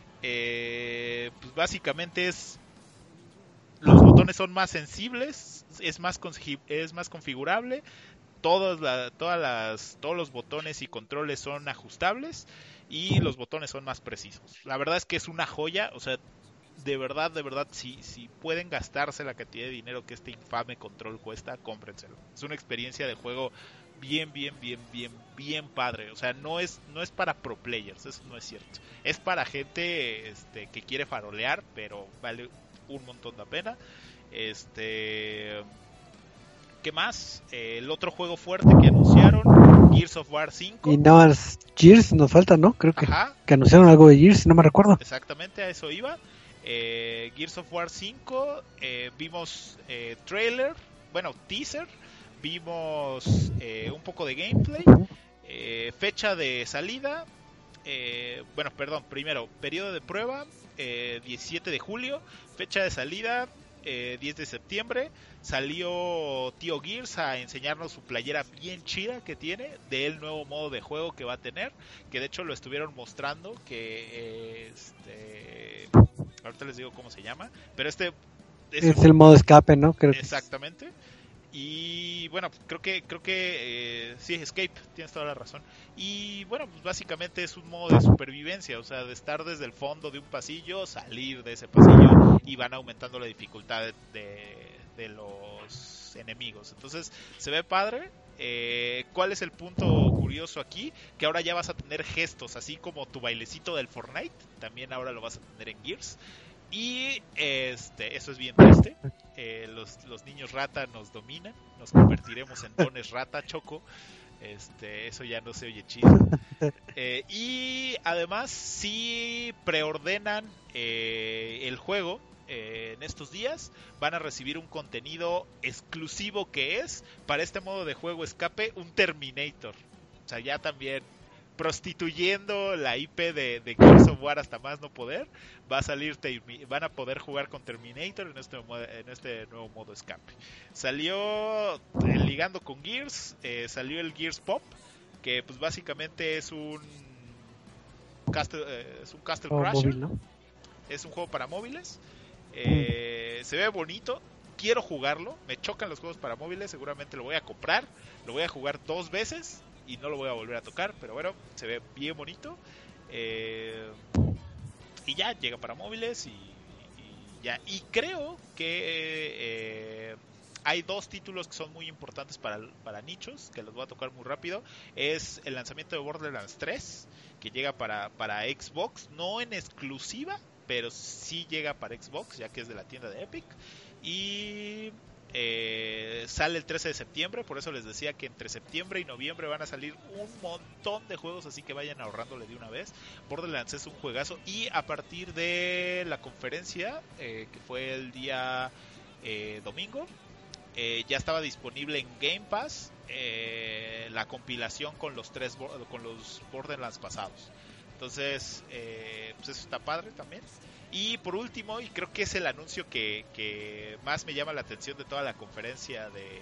[SPEAKER 2] Eh, pues básicamente es, los botones son más sensibles, es más es más configurable, todos la, todas las todos los botones y controles son ajustables y los botones son más precisos. La verdad es que es una joya, o sea, de verdad, de verdad, si, si pueden gastarse la cantidad de dinero que este infame control cuesta, cómprenselo. Es una experiencia de juego bien, bien, bien, bien, bien padre. O sea, no es, no es para pro players, eso no es cierto. Es para gente este, que quiere farolear, pero vale un montón de pena. Este, ¿qué más? Eh, el otro juego fuerte que anunciaron, Gears of War cinco.
[SPEAKER 1] Y nada más Gears nos falta, ¿no? Creo que,
[SPEAKER 2] Ajá.
[SPEAKER 1] que anunciaron algo de Gears, no me recuerdo.
[SPEAKER 2] Exactamente, a eso iba. Eh, Gears of War cinco, eh, vimos eh, trailer, bueno, teaser, vimos eh, un poco de gameplay, eh, fecha de salida, eh, bueno, perdón, primero, periodo de prueba, eh, diecisiete de julio, fecha de salida, eh, diez de septiembre. Salió Tío Gears a enseñarnos su playera bien chida que tiene, del nuevo modo de juego que va a tener, que de hecho lo estuvieron mostrando, que eh, este, ahorita les digo cómo se llama, pero este
[SPEAKER 1] es, es un... el modo escape, ¿no? Creo
[SPEAKER 2] exactamente. Y bueno, creo que creo que eh, sí, Escape, tienes toda la razón. Y bueno, pues básicamente es un modo de supervivencia, o sea, de estar desde el fondo de un pasillo, salir de ese pasillo, y van aumentando la dificultad de, de, de los enemigos. Entonces, se ve padre. Eh, ¿Cuál es el punto curioso aquí? Que ahora ya vas a tener gestos, así como tu bailecito del Fortnite, también ahora lo vas a tener en Gears. Y este, eso es bien triste. Eh, los, los niños rata nos dominan. Nos convertiremos en dones rata, Choco. Este, eso ya no se oye chido. Eh, y además, si preordenan eh, el juego eh, en estos días, van a recibir un contenido exclusivo que es, para este modo de juego escape, un Terminator. O sea, ya también prostituyendo la I P de, de Gears of War hasta más no poder, va a salir, van a poder jugar con Terminator en este, en este nuevo modo escape. Salió eh, ligando con Gears, eh, salió el Gears Pop, que pues básicamente es un Castle, eh, es un Castle
[SPEAKER 1] oh,
[SPEAKER 2] Crasher,
[SPEAKER 1] móvil, ¿no?
[SPEAKER 2] Es un juego para móviles, eh, mm. se ve bonito, quiero jugarlo, me chocan los juegos para móviles, seguramente lo voy a comprar, lo voy a jugar dos veces y no lo voy a volver a tocar, pero bueno, se ve bien bonito, eh, y ya llega para móviles y, y ya, y creo que eh, hay dos títulos que son muy importantes para, para nichos, que los voy a tocar muy rápido. Es el lanzamiento de Borderlands tres, que llega para, para Xbox, no en exclusiva, pero sí llega para Xbox, ya que es de la tienda de Epic. Y eh, sale el trece de septiembre, por eso les decía que entre septiembre y noviembre van a salir un montón de juegos, así que vayan ahorrándole de una vez. Borderlands es un juegazo, y a partir de la conferencia, eh, que fue el día eh, domingo, Eh, ya estaba disponible en Game Pass eh, la compilación con los tres con los Borderlands pasados. Entonces, eh, pues eso está padre también. Y por último, y creo que es el anuncio que, que más me llama la atención de toda la conferencia de,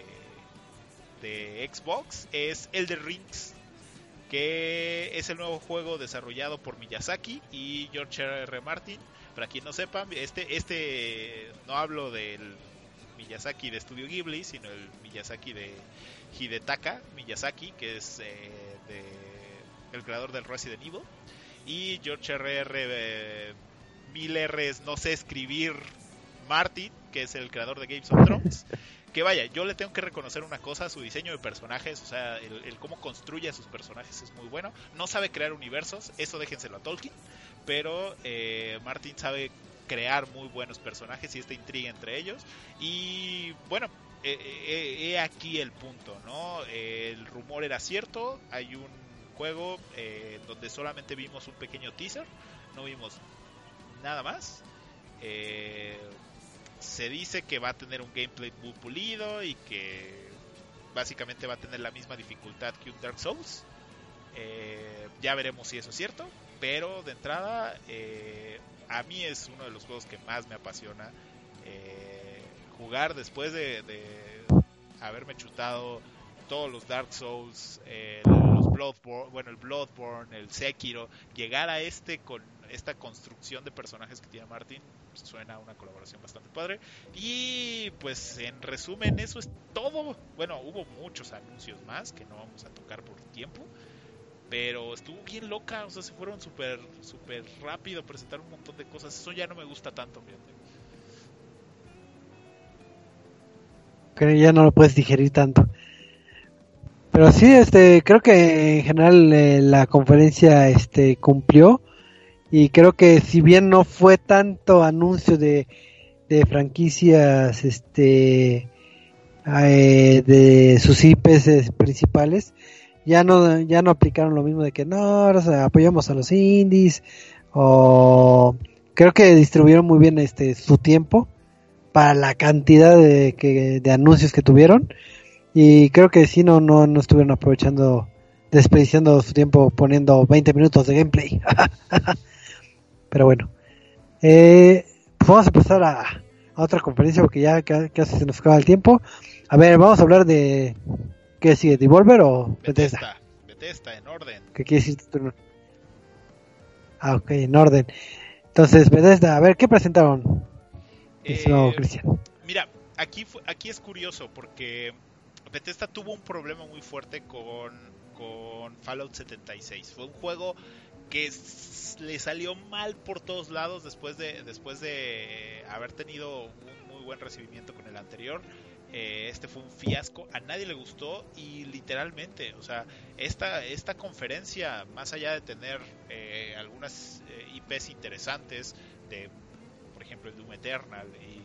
[SPEAKER 2] de Xbox, es Elden Ring, que es el nuevo juego desarrollado por Miyazaki y George R R. Martin. Para quien no sepa, este, este no hablo del Miyazaki de Studio Ghibli, sino el Miyazaki de Hidetaka Miyazaki, que es eh, de, el creador del Resident Evil, y George R R. Eh, mil R's, no sé escribir, Martin, que es el creador de Games of Thrones. Que vaya, yo le tengo que reconocer una cosa, su diseño de personajes, o sea, el, el cómo construye a sus personajes es muy bueno. No sabe crear universos, eso déjenselo a Tolkien, pero eh, Martin sabe crear muy buenos personajes y esta intriga entre ellos. Y bueno, he eh, eh, aquí el punto, ¿no? Eh, el rumor era cierto, hay un juego eh, donde solamente vimos un pequeño teaser, no vimos nada más. Eh, se dice que va a tener un gameplay muy pulido y que básicamente va a tener la misma dificultad que un Dark Souls. Eh, ya veremos si eso es cierto, pero de entrada eh, a mí es uno de los juegos que más me apasiona eh, jugar después de, de haberme chutado todos los Dark Souls, eh, los Bloodborne, bueno, el Bloodborne, el Sekiro. Llegar a este con esta construcción de personajes que tiene Martin suena a una colaboración bastante padre. Y pues en resumen eso es todo. Bueno, hubo muchos anuncios más que no vamos a tocar por tiempo, pero estuvo bien loca, o sea, se fueron súper súper rápido, presentaron un montón de cosas. Eso ya no me gusta tanto, fíjate.
[SPEAKER 1] Creo que ya no lo puedes digerir tanto. Pero sí, este, creo que en general eh, la conferencia este cumplió, y creo que si bien no fue tanto anuncio de, de franquicias este eh, de sus I Pes principales, ya no ya no aplicaron lo mismo de que no, ahora apoyamos a los indies, o creo que distribuyeron muy bien este su tiempo para la cantidad de que de anuncios que tuvieron. Y creo que sí, no, no, no estuvieron aprovechando, desperdiciando su tiempo poniendo veinte minutos de gameplay. Pero bueno, eh, pues vamos a pasar a, a otra conferencia porque ya casi se nos acaba el tiempo. A ver, vamos a hablar de, ¿qué sigue? ¿Devolver o Bethesda?
[SPEAKER 2] Bethesda, Bethesda, en orden.
[SPEAKER 1] ¿Qué quiere decir tu turno? Ah, ok, en orden. Entonces, Bethesda, a ver, ¿qué presentaron?
[SPEAKER 2] Eh,
[SPEAKER 1] no, Cristian.
[SPEAKER 2] Mira, aquí, aquí es curioso porque Bethesda tuvo un problema muy fuerte con, con Fallout setenta y seis. Fue un juego que s- le salió mal por todos lados después de después de haber tenido un muy buen recibimiento con el anterior. Eh, este fue un fiasco, a nadie le gustó y literalmente, o sea, esta esta conferencia, más allá de tener eh, algunas eh, I Pes interesantes, de por ejemplo el Doom Eternal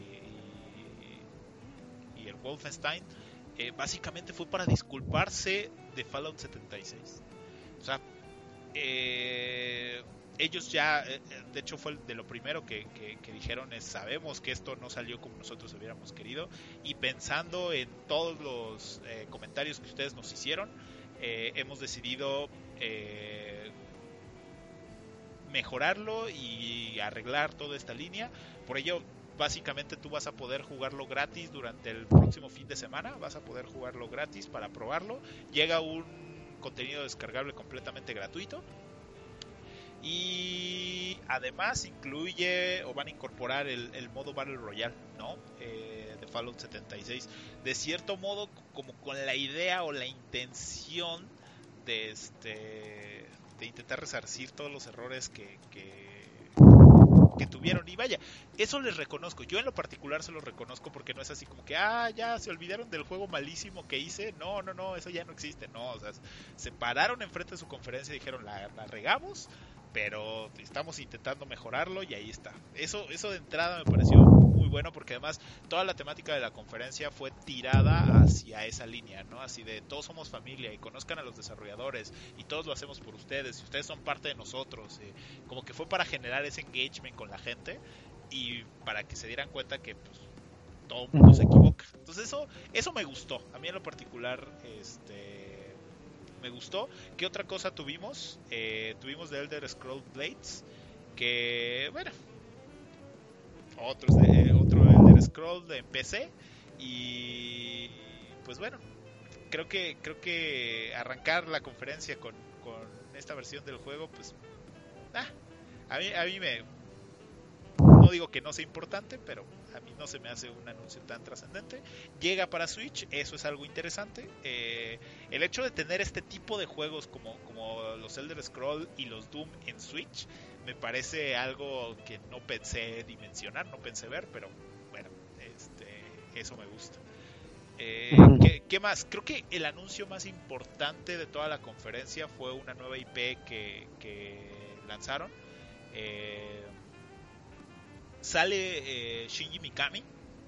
[SPEAKER 2] y, y, y el Wolfenstein, Eh, básicamente fue para disculparse de Fallout setenta y seis. O sea, eh, ellos ya, eh, de hecho fue de lo primero que, que, que dijeron es: sabemos que esto no salió como nosotros hubiéramos querido, y pensando en todos los eh, comentarios que ustedes nos hicieron, eh, hemos decidido eh, mejorarlo y arreglar toda esta línea. Por ello, básicamente tú vas a poder jugarlo gratis durante el próximo fin de semana, vas a poder jugarlo gratis para probarlo. Llega un contenido descargable completamente gratuito y además incluye o van a incorporar el, el modo Battle Royale, ¿no? Eh, de Fallout setenta y seis, de cierto modo como con la idea o la intención de este de intentar resarcir todos los errores que, que que tuvieron. Y vaya, eso les reconozco, yo en lo particular se lo reconozco, porque no es así como que, ah, ya se olvidaron del juego malísimo que hice. No, no, no, eso ya no existe. No, o sea, se pararon enfrente de su conferencia y dijeron, la, la regamos, pero estamos intentando mejorarlo, y ahí está. Eso, eso de entrada me pareció muy bueno, porque además toda la temática de la conferencia fue tirada hacia esa línea, ¿no? Así de todos somos familia y conozcan a los desarrolladores y todos lo hacemos por ustedes y ustedes son parte de nosotros. Eh, como que fue para generar ese engagement con la gente y para que se dieran cuenta que pues todo el mundo se equivoca. Entonces eso, eso me gustó. A mí en lo particular, este, me gustó. ¿Qué otra cosa tuvimos? Eh, tuvimos The Elder Scrolls Blades, que bueno, otros de, otro Elder Scrolls en P C, y pues bueno, creo que creo que arrancar la conferencia con, con esta versión del juego, pues ah, a mí a mí me no digo que no sea importante, pero a mí no se me hace un anuncio tan trascendente. Llega para Switch, eso es algo interesante. Eh, el hecho de tener este tipo de juegos como, como los Elder Scrolls y los Doom en Switch me parece algo que no pensé dimensionar, no pensé ver, pero bueno, este, eso me gusta. Eh, ¿qué, ¿Qué más? Creo que el anuncio más importante de toda la conferencia fue una nueva I P que, que lanzaron. Eh, sale eh, Shinji Mikami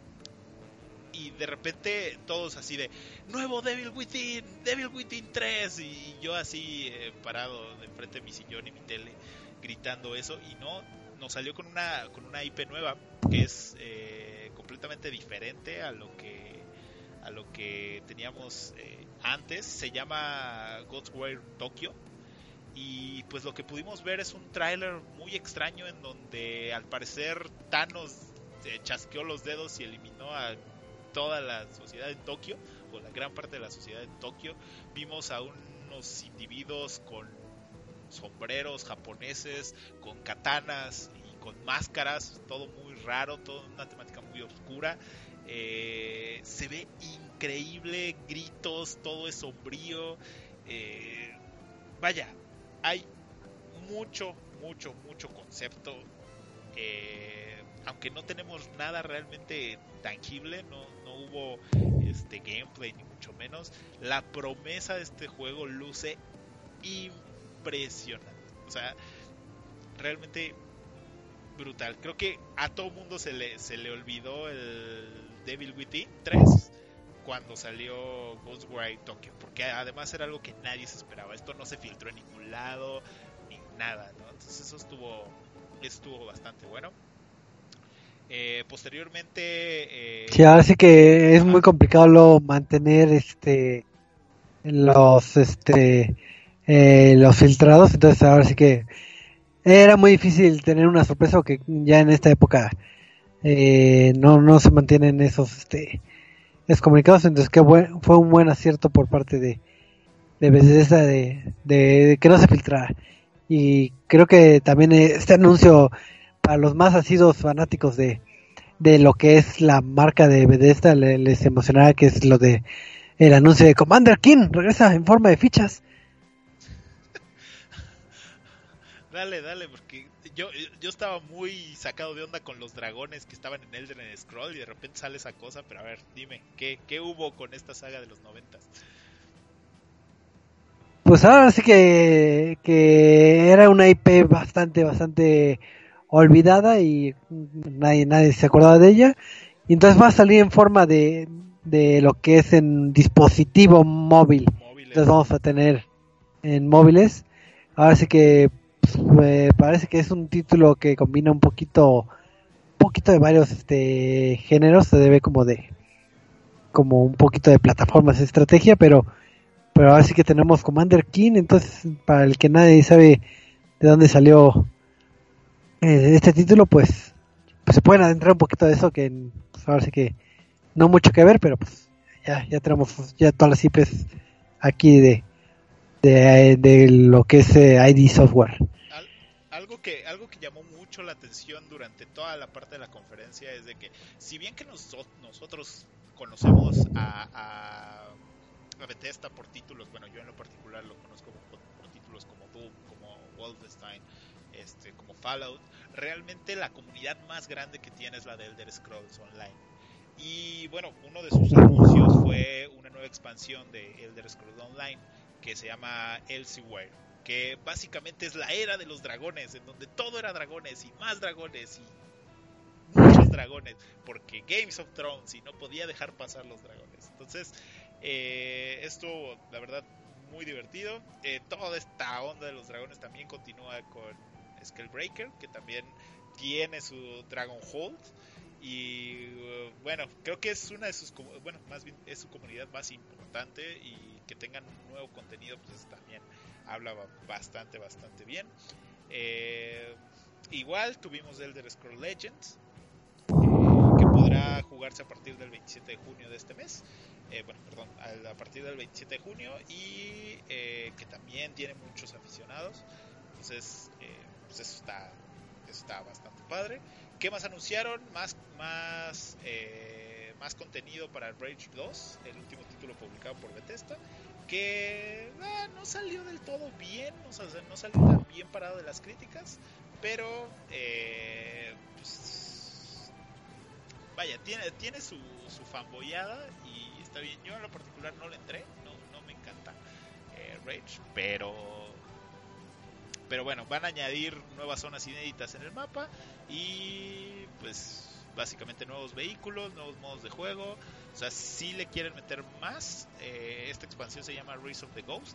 [SPEAKER 2] y de repente todos así de nuevo Devil Within, Devil Within tres, y yo así eh, parado de enfrente de mi sillón y mi tele gritando eso, y no, nos salió con una con una I P nueva que es eh, completamente diferente a lo que a lo que teníamos eh, antes. Se llama Ghostwire Tokyo. Y pues lo que pudimos ver es un tráiler muy extraño en donde al parecer Thanos eh, chasqueó los dedos y eliminó a toda la sociedad de Tokio, o la gran parte de la sociedad de Tokio. Vimos a unos individuos con sombreros japoneses, con katanas y con máscaras, todo muy raro, toda una temática muy oscura. Eh, se ve increíble, gritos, todo es sombrío. Eh, vaya, hay mucho, mucho, mucho concepto. Eh, aunque no tenemos nada realmente tangible, no, no hubo este gameplay ni mucho menos. La promesa de este juego luce impresionante. O sea, realmente brutal. Creo que a todo mundo se le, se le olvidó el Devil Within tres cuando salió Ghostwire Tokyo, porque además era algo que nadie se esperaba. Esto no se filtró en ningún lado ni nada, ¿no? Entonces eso estuvo estuvo bastante bueno. Eh, posteriormente eh...
[SPEAKER 1] sí, ahora sí que es muy complicado luego mantener este los este eh, los filtrados, entonces ahora sí que era muy difícil tener una sorpresa, que ya en esta época eh, no no se mantienen esos este es comunicados. Entonces que buen, fue un buen acierto por parte de de Bethesda de, de, de que no se filtrara. Y creo que también este anuncio para los más asiduos fanáticos de de lo que es la marca de Bethesda les, les emocionará, que es lo de el anuncio de Commander King regresa en forma de fichas.
[SPEAKER 2] Dale, dale, porque yo yo estaba muy sacado de onda con los dragones que estaban en Elder Scrolls y de repente sale esa cosa. Pero a ver, dime, ¿qué, qué hubo con esta saga de los noventas?
[SPEAKER 1] Pues ahora sí que, que era una I P bastante, bastante olvidada y nadie, nadie se acordaba de ella. Y entonces va a salir en forma de, de lo que es en dispositivo móvil. Móviles. Entonces vamos a tener en móviles. Ahora sí que me parece que es un título que combina un poquito, un poquito de varios este géneros. Se debe como de, como un poquito de plataformas de estrategia, pero Pero ahora sí que tenemos Commander King. Entonces, para el que nadie sabe de dónde salió eh, este título, pues, pues se pueden adentrar un poquito de eso, que pues, ahora sí que no mucho que ver, pero pues ya, ya tenemos ya todas las I Pes aquí de, de, de lo que es eh, I D Software.
[SPEAKER 2] Al, algo que algo que llamó mucho la atención durante toda la parte de la conferencia es de que si bien que nos, nosotros conocemos a, a, a Bethesda por títulos, bueno, yo en lo particular lo conozco por, por títulos como Doom, como Wolfenstein, este, como Fallout, realmente la comunidad más grande que tiene es la de Elder Scrolls Online. Y bueno, uno de sus anuncios fue una nueva expansión de Elder Scrolls Online que se llama Elsewhere, que básicamente es la era de los dragones, en donde todo era dragones y más dragones y muchos dragones, porque Games of Thrones y no podía dejar pasar los dragones. Entonces, eh, esto, la verdad, muy divertido. Eh, toda esta onda de los dragones también continúa con Scalebreaker, que también tiene su Dragonhold. Y uh, bueno, creo que es una de sus, bueno, más bien es su comunidad más importante, y que tengan un nuevo contenido, pues también habla bastante, bastante bien. Eh, igual tuvimos Elder Scrolls Legends, eh, que podrá jugarse a partir del veintisiete de junio de este mes. Eh, bueno, perdón, a, a partir del veintisiete de junio, y eh, que también tiene muchos aficionados. Entonces, eh, pues eso está, eso está bastante padre. ¿Qué más anunciaron? Más, más, eh, más contenido para Rage dos, el último título publicado por Bethesda, que eh, no salió del todo bien, o sea, no salió tan bien parado de las críticas, pero eh, pues, vaya, tiene, tiene su, su fanboyada y está bien. Yo en lo particular no le entré, no, no me encanta eh, Rage, pero pero bueno, van a añadir nuevas zonas inéditas en el mapa y pues básicamente nuevos vehículos, nuevos modos de juego. O sea, si le quieren meter más. Eh, esta expansión se llama Rise of the Ghost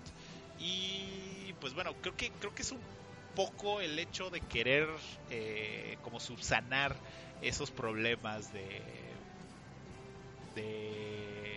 [SPEAKER 2] y pues bueno, creo que creo que es un poco el hecho de querer eh, como subsanar esos problemas de de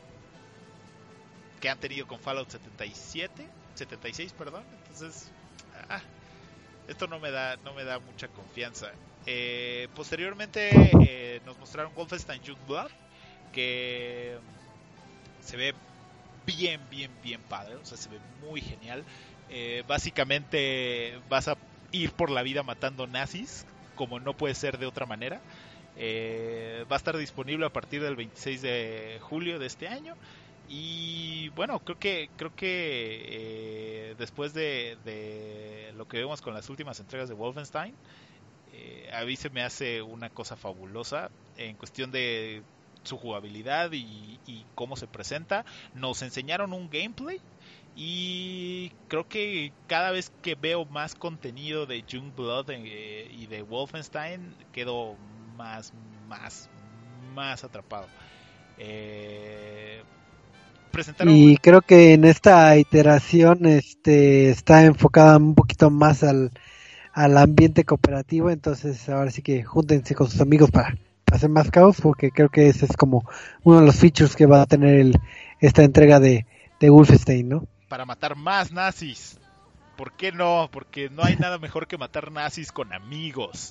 [SPEAKER 2] que han tenido con Fallout setenta y siete, setenta y seis, perdón. Entonces, ah, esto no me da no me da mucha confianza. Eh, posteriormente eh, nos mostraron Wolfenstein Youngblood, que se ve bien, bien, bien padre, o sea, se ve muy genial. Eh, básicamente vas a ir por la vida matando nazis, como no puede ser de otra manera. Eh, va a estar disponible a partir del veintiséis de julio de este año. Y bueno, creo que creo que eh, después de, de lo que vemos con las últimas entregas de Wolfenstein, eh, a mí se me hace una cosa fabulosa en cuestión de su jugabilidad y, y cómo se presenta. Nos enseñaron un gameplay y creo que cada vez que veo más contenido de Youngblood eh, y de Wolfenstein, quedo más, más, más atrapado. Eh, presentaron un...
[SPEAKER 1] Y creo que en esta iteración este está enfocada un poquito más al, al ambiente cooperativo, entonces ahora sí que júntense con sus amigos para, para hacer más caos, porque creo que ese es como uno de los features que va a tener el, esta entrega de, de Wolfenstein, ¿no?
[SPEAKER 2] para matar más nazis. ¿Por qué no? Porque no hay nada mejor que matar nazis con amigos.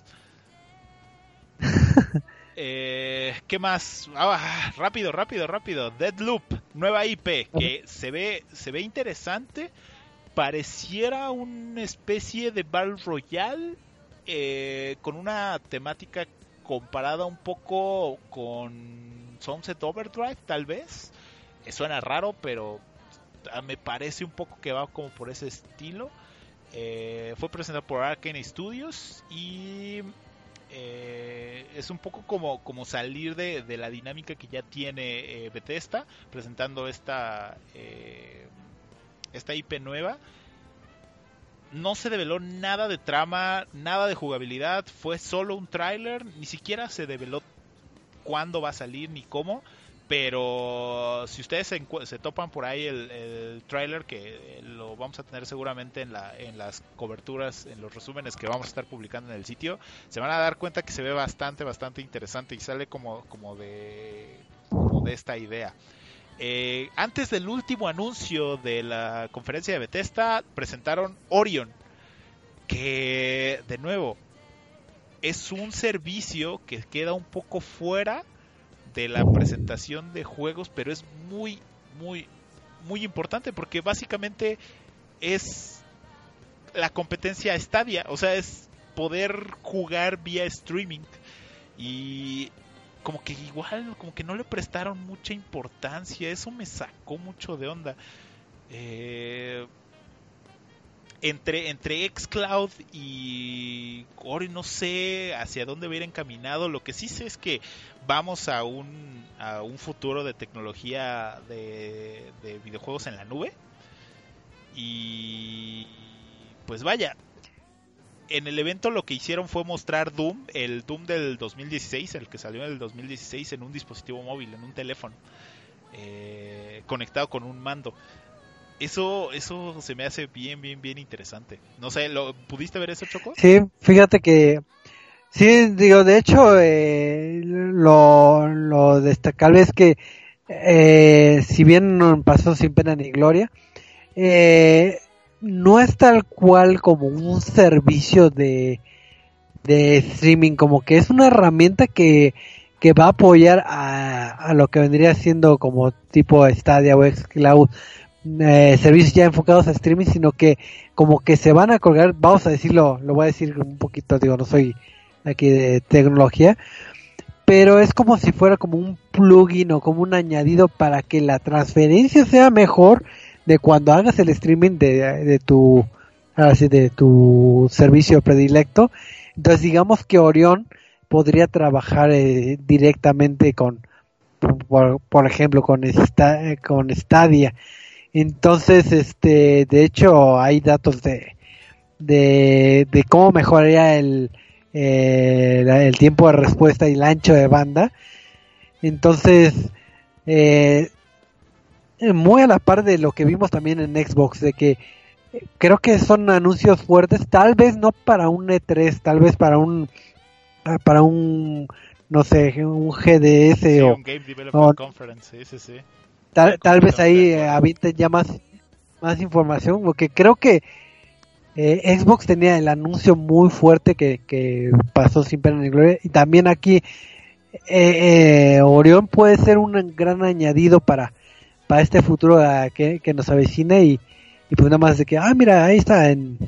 [SPEAKER 2] Eh, ¿Qué más? Ah, rápido, rápido, rápido. Deadloop, nueva I P que se ve, se ve interesante. Pareciera una especie de Battle Royale eh, con una temática comparada un poco con Sunset Overdrive, tal vez. Eh, suena raro, pero me parece un poco que va como por ese estilo. Eh, fue presentado por Arkane Studios y eh, es un poco como, como salir de, de la dinámica que ya tiene eh, Bethesda, presentando esta eh, esta I P nueva. No se develó nada de trama, nada de jugabilidad, fue solo un tráiler, ni siquiera se develó cuándo va a salir ni cómo. Pero si ustedes se, se topan por ahí el, el tráiler, que lo vamos a tener seguramente en, la, en las coberturas, en los resúmenes que vamos a estar publicando en el sitio, se van a dar cuenta que se ve bastante, bastante interesante y sale como, como, de, como de esta idea. Eh, antes del último anuncio de la conferencia de Bethesda, presentaron Orion, que de nuevo es un servicio que queda un poco fuera de la presentación de juegos, pero es muy, muy, muy importante porque básicamente es la competencia a Stadia, o sea, es poder jugar vía streaming y como que igual, como que no le prestaron mucha importancia, eso me sacó mucho de onda. Eh, entre entre xCloud y Ori no sé hacia dónde va a ir encaminado. Lo que sí sé es que vamos a un a un futuro de tecnología de, de videojuegos en la nube y pues vaya, en el evento lo que hicieron fue mostrar Doom, el Doom del dos mil dieciséis, el que salió en el dos mil dieciséis en un dispositivo móvil, en un teléfono eh, conectado con un mando. Eso, eso se me hace bien, bien, bien interesante. No sé, ¿lo, ¿pudiste ver eso, Choco?
[SPEAKER 1] Sí, fíjate que, sí, digo, de hecho, eh, lo, lo destacable es que, eh, si bien no pasó sin pena ni gloria, eh, no es tal cual como un servicio de, de streaming, como que es una herramienta que, que va a apoyar a, a lo que vendría siendo como tipo Stadia o xCloud, Eh, servicios ya enfocados a streaming, sino que como que se van a colgar, vamos a decirlo, lo voy a decir un poquito, digo, no soy aquí de tecnología, pero es como si fuera como un plugin o como un añadido para que la transferencia sea mejor de cuando hagas el streaming de, de tu, así de tu servicio predilecto. Entonces digamos que Orion podría trabajar eh, directamente con, por, por ejemplo, con esta, con Stadia. Entonces, este, de hecho, hay datos de, de, de cómo mejoraría el, eh, el tiempo de respuesta y el ancho de banda. Entonces, eh, muy a la par de lo que vimos también en Xbox, de que creo que son anuncios fuertes, tal vez no para un E tres, tal vez para un, para un, no sé, un G D S
[SPEAKER 2] sí,
[SPEAKER 1] o
[SPEAKER 2] un Game Development
[SPEAKER 1] o,
[SPEAKER 2] Conference, sí, sí.
[SPEAKER 1] Tal, tal vez ahí eh, avienten ya más, más información, porque creo que eh, Xbox tenía el anuncio muy fuerte que, que pasó sin pena ni gloria, y también aquí eh, eh, Orion puede ser un gran añadido para, para este futuro uh, que, que nos avecina y, y pues nada más de que, ah mira, ahí está, en,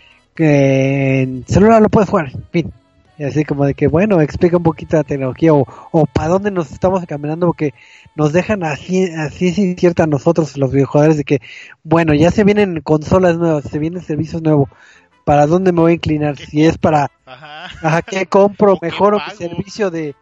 [SPEAKER 1] que en celular lo puedes jugar, en fin. Y así como de que, bueno, explica un poquito la tecnología o, o para dónde nos estamos caminando, porque nos dejan así, así sin cierta a nosotros los videojuegos de que, bueno, ya se vienen consolas nuevas, se vienen servicios nuevos, ¿para dónde me voy a inclinar? Si es para,
[SPEAKER 2] ajá,
[SPEAKER 1] ajá, ¿qué compro?
[SPEAKER 2] ¿O
[SPEAKER 1] Mejor
[SPEAKER 2] qué
[SPEAKER 1] o mi
[SPEAKER 2] pago?
[SPEAKER 1] servicio de...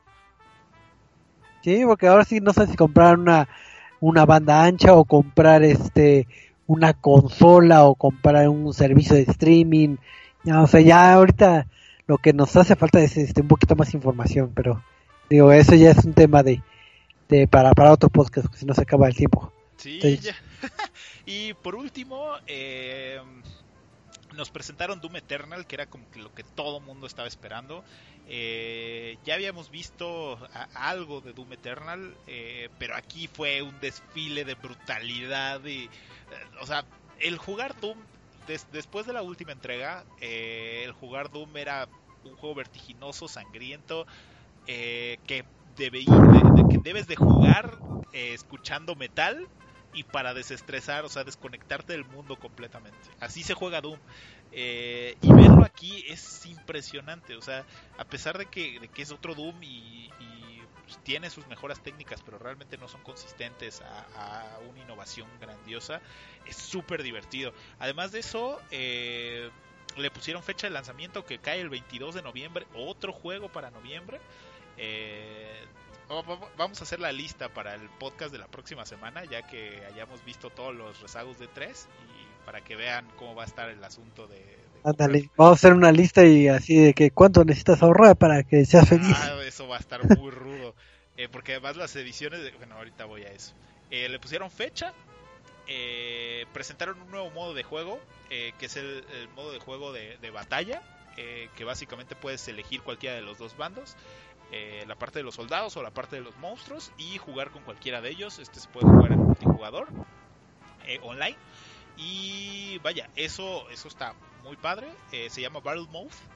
[SPEAKER 1] Sí, porque ahora sí no sé si comprar una, una banda ancha o comprar este una consola o comprar un servicio de streaming. Ya, o sea, ya ahorita lo que nos hace falta es este un poquito más información, pero digo, eso ya es un tema de, de para para otro podcast, porque si no se acaba el tiempo.
[SPEAKER 2] Sí,
[SPEAKER 1] Entonces,
[SPEAKER 2] ya. Y por último, eh, nos presentaron Doom Eternal, que era como que lo que todo mundo estaba esperando. Eh, ya habíamos visto a, algo de Doom Eternal, eh, pero aquí fue un desfile de brutalidad. Y, eh, o sea, el jugar Doom, des, después de la última entrega, eh, el jugar Doom era un juego vertiginoso, sangriento, eh, que, debe, de, de, que debes de jugar eh, escuchando metal y para desestresar, o sea, desconectarte del mundo completamente. Así se juega Doom. Eh, y verlo aquí es impresionante, o sea, a pesar de que, de que es otro Doom y, y pues, tiene sus mejoras técnicas, pero realmente no son consistentes a, a una innovación grandiosa, es súper divertido. Además de eso, eh, le pusieron fecha de lanzamiento que cae el veintidós de noviembre, otro juego para noviembre. Eh, Vamos a hacer la lista para el podcast de la próxima semana, ya que hayamos visto todos los rezagos de tres y para que vean cómo va a estar el asunto de... de
[SPEAKER 1] ándale, vamos a hacer una lista y así de que cuánto necesitas ahorrar para que seas feliz.
[SPEAKER 2] Ah, eso va a estar muy rudo, eh, porque además las ediciones, de... bueno, ahorita voy a eso. Eh, le pusieron fecha, eh, presentaron un nuevo modo de juego, eh, que es el, el modo de juego de, de batalla, eh, que básicamente puedes elegir cualquiera de los dos bandos. Eh, la parte de los soldados o la parte de los monstruos y jugar con cualquiera de ellos. Este se puede jugar en multijugador eh, online y vaya, eso eso está muy padre. Eh, se llama Battle Mode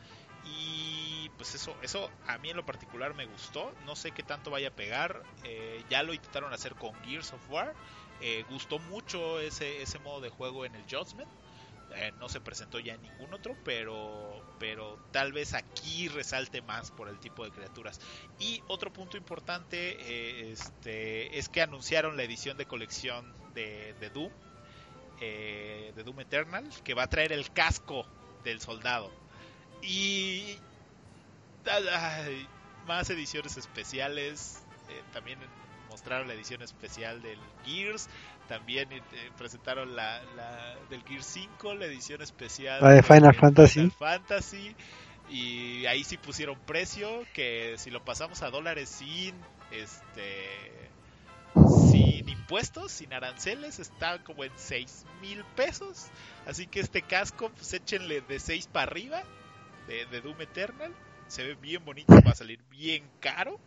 [SPEAKER 2] y pues eso, eso a mí en lo particular me gustó. No sé qué tanto vaya a pegar. Eh, ya lo intentaron hacer con Gears of War. Eh, gustó mucho ese, ese modo de juego en el Judgment. Eh, no se presentó ya en ningún otro, pero, pero tal vez aquí resalte más por el tipo de criaturas. Y otro punto importante eh, este, es que anunciaron la edición de colección de, de Doom, eh, de Doom Eternal, que va a traer el casco del soldado. Y ay, más ediciones especiales. Eh, también mostraron la edición especial del Gears. También eh, presentaron la, la del Gears cinco, la edición especial
[SPEAKER 1] la de Final
[SPEAKER 2] de
[SPEAKER 1] Fantasy.
[SPEAKER 2] Final Fantasy. Y ahí sí pusieron precio, que si lo pasamos a dólares sin este sin impuestos, sin aranceles, está como en seis mil pesos. Así que este casco, pues échenle de seis para arriba de, de Doom Eternal. Se ve bien bonito, va a salir bien caro.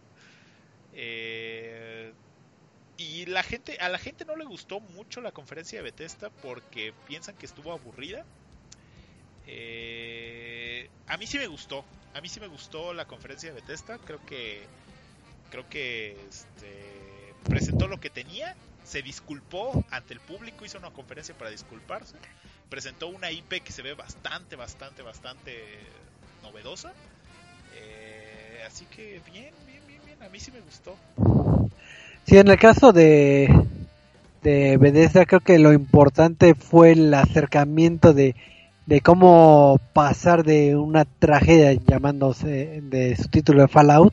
[SPEAKER 2] Eh, y la gente, a la gente no le gustó mucho la conferencia de Bethesda porque piensan que estuvo aburrida. Eh, a mí sí me gustó, a mí sí me gustó la conferencia de Bethesda. Creo que, creo que este, presentó lo que tenía, se disculpó ante el público, hizo una conferencia para disculparse, presentó una I P que se ve bastante, bastante, bastante novedosa. Eh, así que bien, bien, bien, bien, a mí sí me gustó.
[SPEAKER 1] Sí, en el caso de de Bethesda creo que lo importante fue el acercamiento de de cómo pasar de una tragedia llamándose de su título de Fallout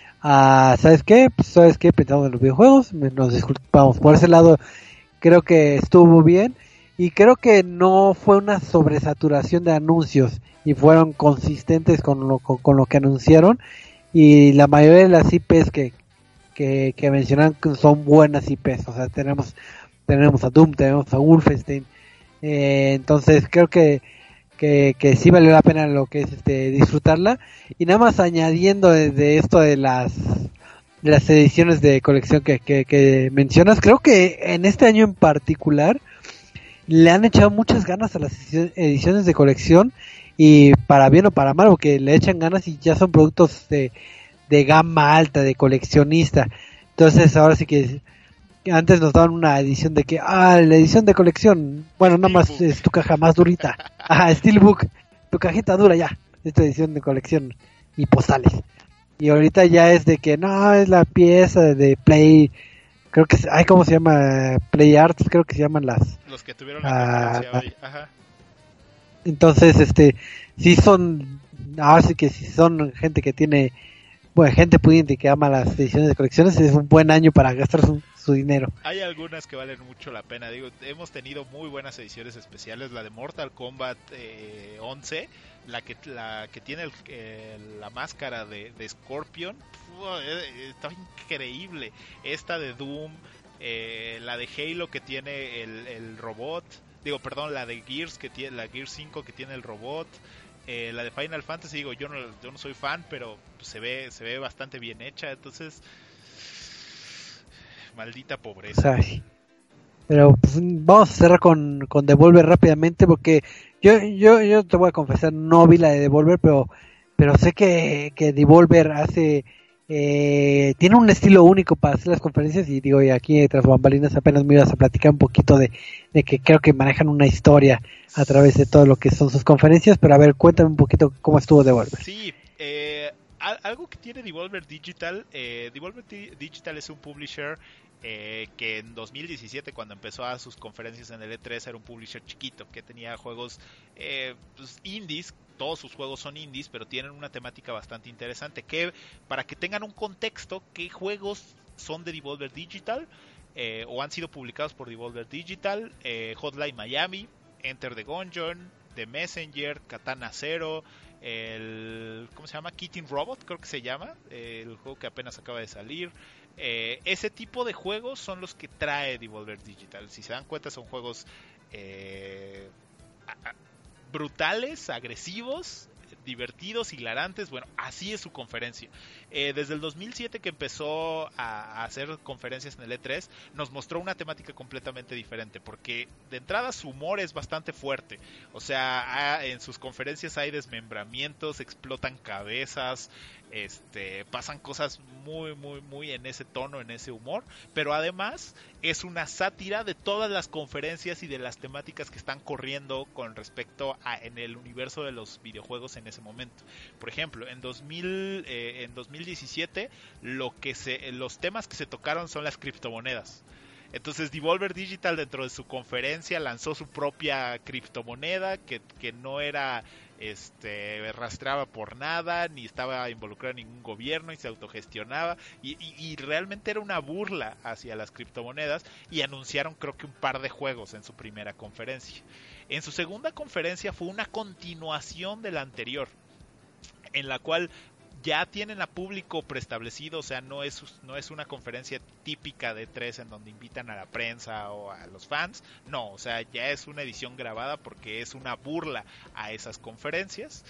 [SPEAKER 1] a, ¿sabes qué? Pues, ¿sabes qué? Pensamos en los videojuegos, nos disculpamos por ese lado. Creo que estuvo bien y creo que no fue una sobresaturación de anuncios y fueron consistentes con lo, con, con lo que anunciaron, y la mayoría de las I Pes que, que, que mencionan son buenas I Pes. O sea, tenemos tenemos a Doom, tenemos a Wolfenstein, eh, entonces creo que, que que sí valió la pena lo que es este disfrutarla. Y nada más añadiendo de, de esto de las de las ediciones de colección que, que, que mencionas, creo que en este año en particular le han echado muchas ganas a las ediciones de colección, y para bien o para mal, porque le echan ganas y ya son productos de, de gama alta, de coleccionista. Entonces ahora sí que antes nos daban una edición de que, ah, la edición de colección, bueno, nada más es tu caja más durita, ah, Steelbook, tu cajita dura ya, esta edición de colección y postales. Y ahorita ya es de que no, es la pieza de Play, creo que, ay, ¿cómo se llama? Play Arts, creo que se llaman las.
[SPEAKER 2] Los que tuvieron la conferencia
[SPEAKER 1] ah,
[SPEAKER 2] hoy, ajá.
[SPEAKER 1] Entonces, este, sí son, ahora sí que sí son gente que tiene, bueno, gente pudiente que ama las ediciones de colecciones, es un buen año para gastar su, su dinero.
[SPEAKER 2] Hay algunas que valen mucho la pena. Digo, hemos tenido muy buenas ediciones especiales. La de Mortal Kombat eh, once, la que la que tiene el, eh, la máscara de, de Scorpion, ¡puf! eh, está increíble. Esta de Doom, eh, la de Halo que tiene el, el robot. Digo, perdón, la de Gears que tiene la Gears cinco que tiene el robot. Eh, la de Final Fantasy, digo, yo no, yo no soy fan, pero se ve se ve bastante bien hecha. Entonces, maldita pobreza.
[SPEAKER 1] Ay, pero pues, vamos a cerrar con, con Devolver rápidamente, porque yo yo yo te voy a confesar, no vi la de Devolver, pero pero sé que, que Devolver hace eh, tiene un estilo único para hacer las conferencias, y digo, y aquí tras bambalinas apenas me ibas a platicar un poquito de, de que creo que manejan una historia a través de todo lo que son sus conferencias, pero a ver, cuéntame un poquito cómo estuvo Devolver.
[SPEAKER 2] Sí, eh, algo que tiene Devolver Digital, eh, Devolver Digital es un publisher eh, que en dos mil diecisiete, cuando empezó a sus conferencias en el E tres, era un publisher chiquito que tenía juegos eh, pues, indies. Todos sus juegos son indies, pero tienen una temática bastante interesante. Que para que tengan un contexto, ¿qué juegos son de Devolver Digital eh, o han sido publicados por Devolver Digital? Eh, Hotline Miami, Enter the Gungeon, The Messenger, Katana Zero, el ¿cómo se llama? Kitten Robot, creo que se llama, eh, el juego que apenas acaba de salir. Eh, ese tipo de juegos son los que trae Devolver Digital. Si se dan cuenta, son juegos eh, a, a, brutales, agresivos, divertidos, hilarantes. Bueno, así es su conferencia. Eh, desde el dos mil siete que empezó a, a hacer conferencias en el E tres, nos mostró una temática completamente diferente, porque de entrada su humor es bastante fuerte. O sea, ha, en sus conferencias hay desmembramientos, explotan cabezas, este, pasan cosas muy, muy, muy en ese tono, en ese humor, pero además es una sátira de todas las conferencias y de las temáticas que están corriendo con respecto a en el universo de los videojuegos en ese momento. Por ejemplo, en dos mil, eh, en dos mil diecisiete lo que se, los temas que se tocaron son las criptomonedas. Entonces Devolver Digital dentro de su conferencia lanzó su propia criptomoneda que, que no era este rastreaba por nada, ni estaba involucrado en ningún gobierno y se autogestionaba y, y, y realmente era una burla hacia las criptomonedas, y anunciaron creo que un par de juegos en su primera conferencia. En su segunda conferencia fue una continuación de la anterior, en la cual ya tienen a público preestablecido, o sea, no es, no es una conferencia típica de E tres en donde invitan a la prensa o a los fans, no, o sea, ya es una edición grabada porque es una burla a esas conferencias,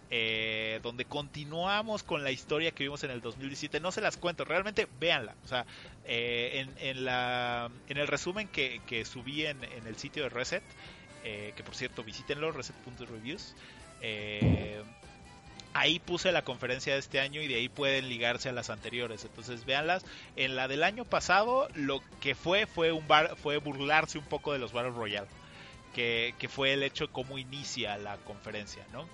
[SPEAKER 2] eh, donde continuamos con la historia que vimos en el dos mil diecisiete, no se las cuento, realmente véanla, o sea, eh, en, en, la, en el resumen que, que subí en, en el sitio de Reset, eh, que por cierto visítenlo, reset punto reviews, eh... ahí puse la conferencia de este año y de ahí pueden ligarse a las anteriores. Entonces véanlas. En la del año pasado lo que fue fue un bar, fue burlarse un poco de los Battle Royale, que, que fue el hecho de cómo inicia la conferencia, ¿no?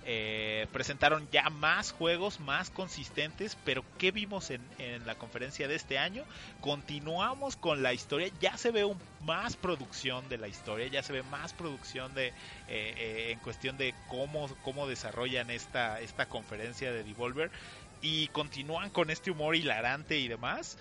[SPEAKER 2] Eh, presentaron ya más juegos, más consistentes, pero ¿qué vimos en, en la conferencia de este año? Continuamos con la historia, ya se ve un, más producción de la historia, ya se ve más producción de eh, eh, en cuestión de cómo, cómo desarrollan esta, esta conferencia de Devolver, y continúan con este humor hilarante y demás.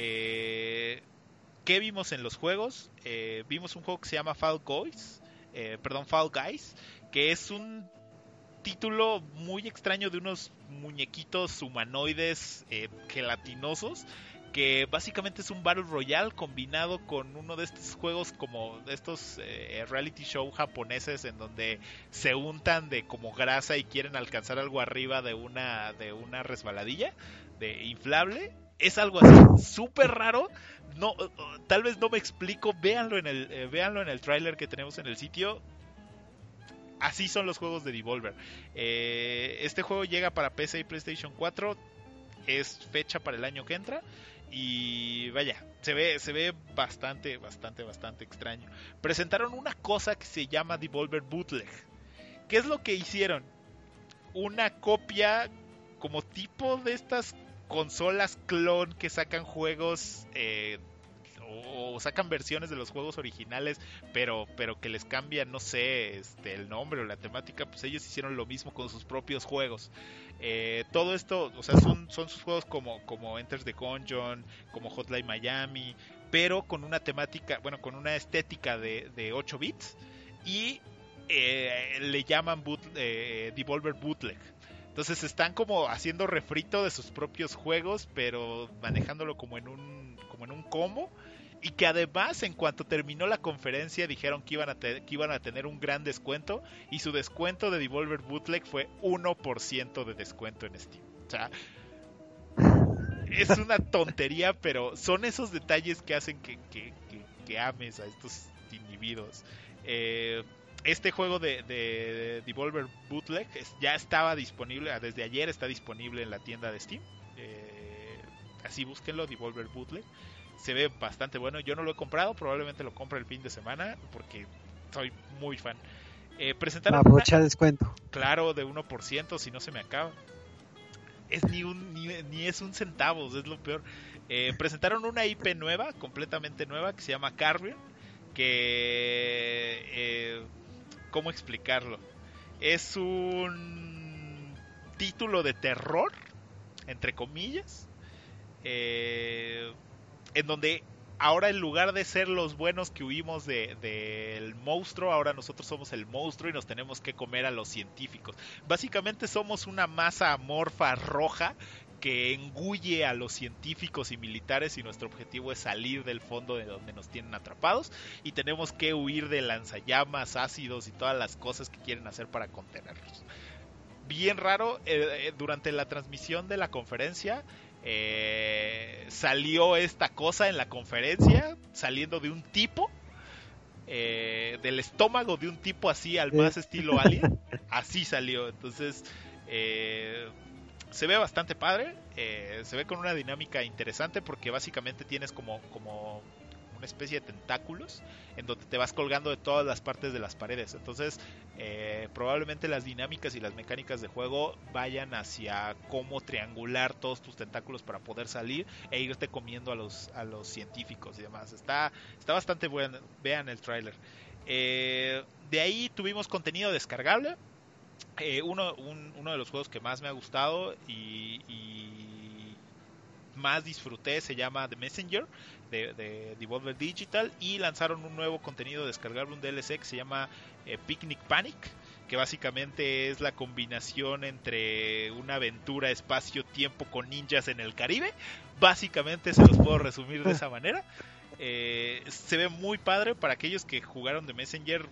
[SPEAKER 2] Eh, ¿Qué vimos en los juegos? Eh, vimos un juego que se llama Fall Guys, eh, perdón, Fall Guys, que es un título muy extraño de unos muñequitos humanoides eh, gelatinosos, que básicamente es un Battle Royale combinado con uno de estos juegos como de estos eh, reality show japoneses en donde se untan de como grasa y quieren alcanzar algo arriba de una de una resbaladilla de inflable. Es algo así súper raro. No, tal vez no me explico. Véanlo en el eh, véanlo en el tráiler que tenemos en el sitio. Así son los juegos de Devolver. Eh, este juego llega para P C y PlayStation cuatro. Es fecha para el año que entra. Y vaya, se ve, se ve bastante, bastante, bastante extraño. Presentaron una cosa que se llama Devolver Bootleg. ¿Qué es lo que hicieron? Una copia como tipo de estas consolas clon que sacan juegos... Eh, o sacan versiones de los juegos originales, pero pero que les cambian, no sé, este el nombre o la temática. Pues ellos hicieron lo mismo con sus propios juegos. Eh, todo esto, o sea, son, son sus juegos como, como Enter the Gungeon, como Hotline Miami, pero con una temática, bueno, con una estética de, de ocho bits, y eh, le llaman boot, eh, Devolver Bootleg. Entonces están como haciendo refrito de sus propios juegos, pero manejándolo como en un como en un combo. Y que además, en cuanto terminó la conferencia, dijeron que iban a, te- que iban a tener un gran descuento. Y su descuento de Devolver Bootleg fue uno por ciento de descuento en Steam. O sea, es una tontería, pero son esos detalles que hacen que, que, que, que ames a estos individuos. Eh, este juego de, de Devolver Bootleg es, ya estaba disponible, desde ayer está disponible en la tienda de Steam. Eh, así búsquenlo, Devolver Bootleg. Se ve bastante bueno. Yo no lo he comprado, probablemente lo compre el fin de semana porque soy muy fan. Eh, presentaron
[SPEAKER 1] aprovecha
[SPEAKER 2] una,
[SPEAKER 1] descuento.
[SPEAKER 2] claro, de uno por ciento, si no se me acaba. Es ni un ni, ni es un centavo, es lo peor. Eh, presentaron una I P nueva, completamente nueva, que se llama Carrion, que eh, ¿cómo explicarlo? Es un título de terror, entre comillas, eh, en donde ahora, en lugar de ser los buenos que huimos del de, de monstruo, ahora nosotros somos el monstruo y nos tenemos que comer a los científicos. Básicamente somos una masa amorfa roja que engulle a los científicos y militares, y nuestro objetivo es salir del fondo de donde nos tienen atrapados, y tenemos que huir de lanzallamas, ácidos y todas las cosas que quieren hacer para contenerlos. bien raro. Eh, eh, durante la transmisión de la conferencia eh, salió esta cosa en la conferencia, saliendo de un tipo, eh, del estómago de un tipo así, al más estilo Alien. Así salió. Entonces, eh, se ve bastante padre. Eh, se ve con una dinámica interesante porque básicamente tienes como, como una especie de tentáculos en donde te vas colgando de todas las partes de las paredes. Entonces, eh, probablemente las dinámicas y las mecánicas de juego vayan hacia cómo triangular todos tus tentáculos para poder salir e irte comiendo a los, a los científicos y demás. Está, está bastante bueno. Vean el tráiler. Eh, de ahí tuvimos contenido descargable. Eh, uno, un, uno de los juegos que más me ha gustado y, y más disfruté se llama The Messenger de, de Devolver Digital, y lanzaron un nuevo contenido descargable, un D L C que se llama eh, Picnic Panic, que básicamente es la combinación entre una aventura espacio-tiempo con ninjas en el Caribe. Básicamente se los puedo resumir de esa manera. Eh, se ve muy padre. Para aquellos que jugaron The Messenger,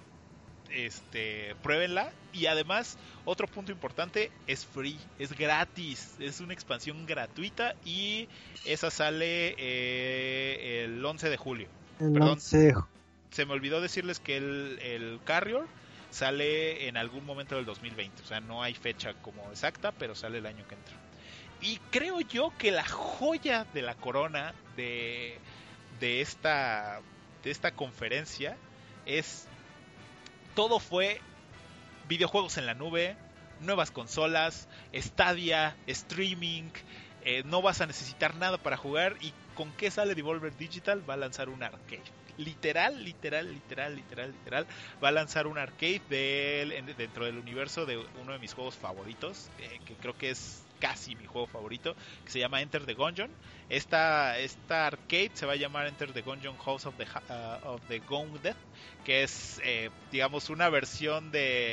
[SPEAKER 2] este, pruébenla. Y además, otro punto importante, es free, es gratis, es una expansión gratuita, y esa sale eh, el once de julio.
[SPEAKER 1] El
[SPEAKER 2] Perdón,
[SPEAKER 1] once.
[SPEAKER 2] se me olvidó decirles que el, el Carrier sale en algún momento del dos mil veinte, o sea, no hay fecha como exacta, pero sale el año que entra. Y creo yo que la joya de la corona de, de esta de esta conferencia es todo fue videojuegos en la nube, nuevas consolas, Stadia, streaming. Eh, no vas a necesitar nada para jugar. ¿Y con qué sale Devolver Digital? Va a lanzar un arcade. Literal, literal, literal, literal, literal. Va a lanzar un arcade de, dentro del universo de uno de mis juegos favoritos, eh, que creo que es casi mi juego favorito, que se llama Enter the Gungeon. Esta, esta arcade se va a llamar Enter the Gungeon House of the, uh, of the Gauntlet, que es, eh, digamos, una versión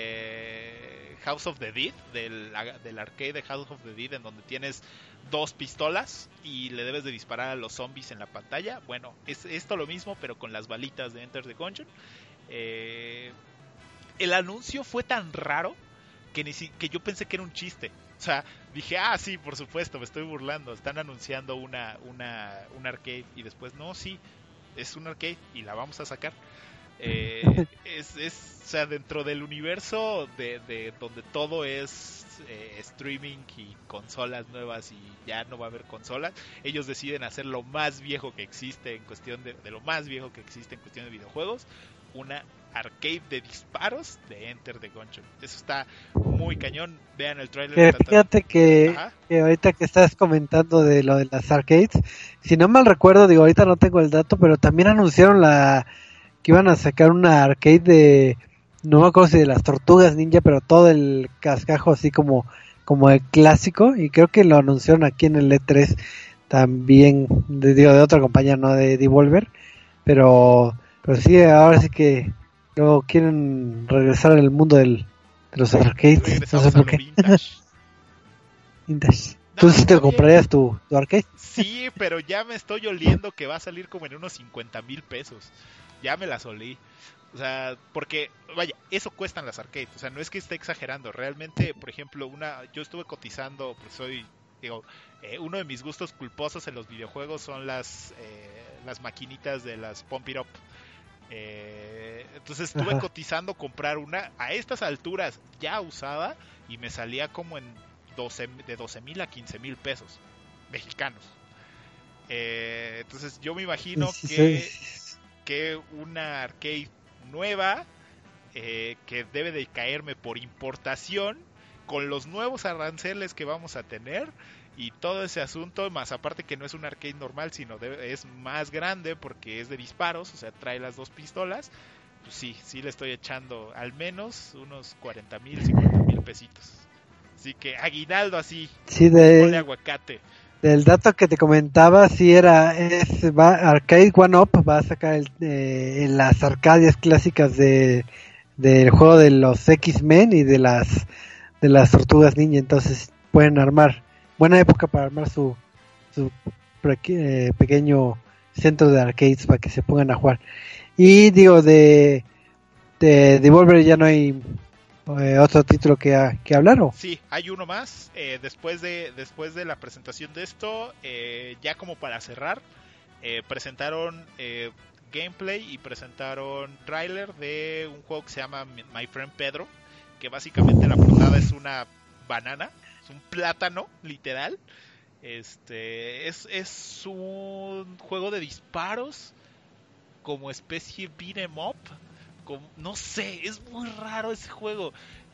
[SPEAKER 2] de House of the Dead, del, del arcade de House of the Dead, en donde tienes dos pistolas y le debes de disparar a los zombies en la pantalla. Bueno, es esto lo mismo, pero con las balitas de Enter the Gungeon. Eh, el anuncio fue tan raro que, ni si, que yo pensé que era un chiste. O sea, dije, ah, sí, por supuesto, me estoy burlando. Están anunciando una, una, un arcade. Y después, no, sí, es un arcade y la vamos a sacar. Eh, es, es, o sea, dentro del universo de, de donde todo es eh, streaming y consolas nuevas, y ya no va a haber consolas, ellos deciden hacer lo más viejo que existe en cuestión de, de lo más viejo que existe en cuestión de videojuegos, una arcade de disparos de Enter the Gungeon. Eso está muy cañón. Vean el trailer.
[SPEAKER 1] Eh, fíjate que, que ahorita que estás comentando de lo de las arcades, si no mal recuerdo, digo, ahorita no tengo el dato, pero también anunciaron la que iban a sacar una arcade de, no me acuerdo si de las Tortugas Ninja, pero todo el cascajo así como como el clásico, y creo que lo anunciaron aquí en el E tres también, de, digo, de otra compañía, no de Devolver, pero pero sí, ahora sí que luego quieren regresar al mundo del, de los arcades. No sé por qué. Vintage. Vintage. ¿Tú no, sí te comprarías tu, tu arcade?
[SPEAKER 2] Sí, pero ya me estoy oliendo que va a salir como en unos cincuenta mil pesos. Ya me las olí. O sea, porque, vaya, eso cuestan las arcades. O sea, no es que esté exagerando. Realmente, por ejemplo, una yo estuve cotizando, pues soy, digo, eh, uno de mis gustos culposos en los videojuegos son las, eh, las maquinitas de las Pump It Up. Eh, entonces estuve Ajá. cotizando comprar una a estas alturas ya usada, y me salía como en doce, de doce mil a quince mil pesos mexicanos. Eh, entonces yo me imagino que, que una arcade nueva, eh, que debe de caerme por importación, con los nuevos aranceles que vamos a tener y todo ese asunto, más aparte que no es un arcade normal, sino de, es más grande porque es de disparos, o sea, trae las dos pistolas, pues sí, sí le estoy echando al menos unos cuarenta mil, cincuenta mil pesitos. Así que aguinaldo así,
[SPEAKER 1] sí, de,
[SPEAKER 2] ponle aguacate.
[SPEAKER 1] Del dato que te comentaba, sí era, es, va, Arcade One Up va a sacar el, eh, las arcadias clásicas de del juego de los X-Men y de las de las Tortugas Ninja, entonces pueden armar. Buena época para armar su, su eh, pequeño centro de arcades para que se pongan a jugar. Y digo, de, de Devolver ya no hay eh, otro título que, que hablar o
[SPEAKER 2] sí, hay uno más eh, después de después de la presentación de esto, eh, ya como para cerrar, eh, presentaron eh, gameplay y presentaron tráiler de un juego que se llama My Friend Pedro, que básicamente la portada es una banana, es un plátano literal. Este es, es un juego de disparos como especie beat 'em up, como, no sé, es muy raro ese juego.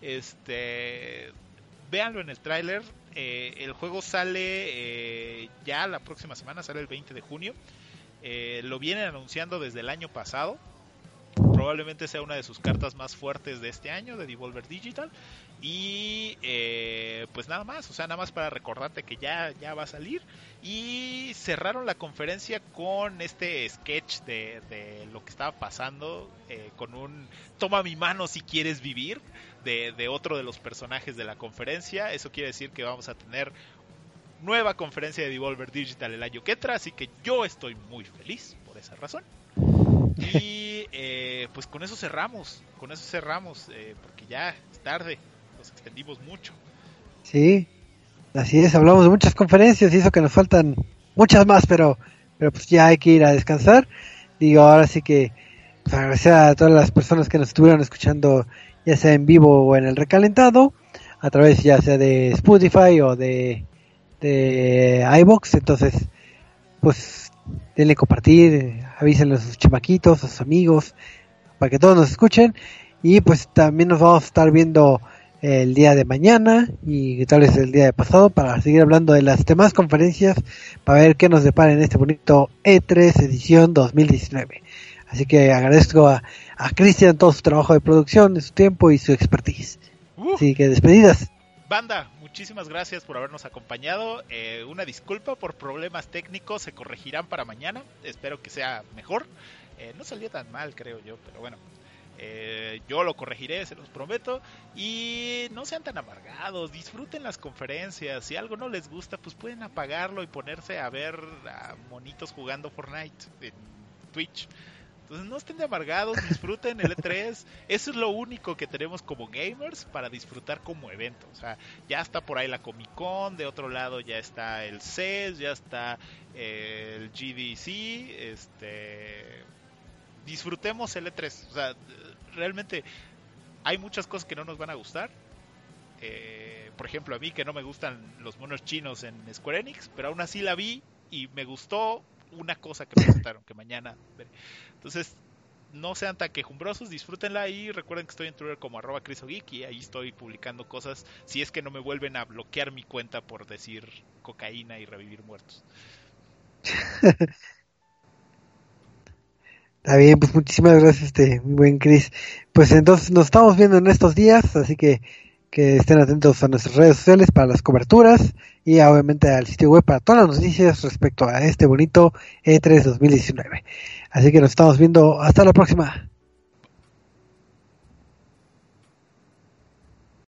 [SPEAKER 2] Este, véanlo en el tráiler. Eh, el juego sale eh, ya la próxima semana, sale el veinte de junio. Eh, lo vienen anunciando desde el año pasado. Probablemente sea una de sus cartas más fuertes de este año de Devolver Digital. Y eh, pues nada más, o sea, nada más para recordarte que ya, ya va a salir. Y cerraron la conferencia con este sketch de, de lo que estaba pasando, eh, con un toma mi mano si quieres vivir, de, de otro de los personajes de la conferencia. Eso quiere decir que vamos a tener nueva conferencia de Devolver Digital el año que entra, así que yo estoy muy feliz por esa razón. Y eh, pues con eso cerramos, con eso cerramos, eh, porque ya es tarde, nos extendimos mucho.
[SPEAKER 1] Sí, así es, hablamos de muchas conferencias y eso que nos faltan muchas más, pero pero pues ya hay que ir a descansar. Digo, ahora sí que pues, agradecer a todas las personas que nos estuvieron escuchando, ya sea en vivo o en el recalentado, a través ya sea de Spotify o de, de iVoox. Entonces, pues denle compartir, avísenle a sus chamaquitos, a sus amigos, para que todos nos escuchen. Y pues también nos vamos a estar viendo el día de mañana y tal vez el día de pasado para seguir hablando de las demás conferencias, para ver qué nos depara en este bonito E tres edición dos mil diecinueve. Así que agradezco a, a Cristian todo su trabajo de producción, de su tiempo y su expertise. Uh, Así que despedidas.
[SPEAKER 2] Banda, muchísimas gracias por habernos acompañado. Eh, una disculpa por problemas técnicos, se corregirán para mañana. Espero que sea mejor. Eh, no salió tan mal, creo yo, pero bueno. Eh, yo lo corregiré, se los prometo. Y no sean tan amargados, disfruten las conferencias. Si algo no les gusta, pues pueden apagarlo y ponerse a ver a monitos jugando Fortnite en Twitch. Entonces no estén de amargados, disfruten el E tres. Eso es lo único que tenemos como gamers para disfrutar como evento. O sea, ya está por ahí la Comic Con, de otro lado ya está el C E S, ya está eh, el G D C. Este, disfrutemos el E tres. O sea, realmente hay muchas cosas que no nos van a gustar. Eh, por ejemplo, a mí que no me gustan los monos chinos en Square Enix, pero aún así la vi y me gustó una cosa que presentaron, que mañana veré. Entonces, no sean tan quejumbrosos, disfrútenla y recuerden que estoy en Twitter como arroba crisogeek y ahí estoy publicando cosas si es que no me vuelven a bloquear mi cuenta por decir cocaína y revivir muertos.
[SPEAKER 1] Está bien, pues muchísimas gracias, este, mi buen Chris. Pues entonces nos estamos viendo en estos días, así que que estén atentos a nuestras redes sociales para las coberturas y obviamente al sitio web para todas las noticias respecto a este bonito E tres dos mil diecinueve. Así que nos estamos viendo, hasta la próxima.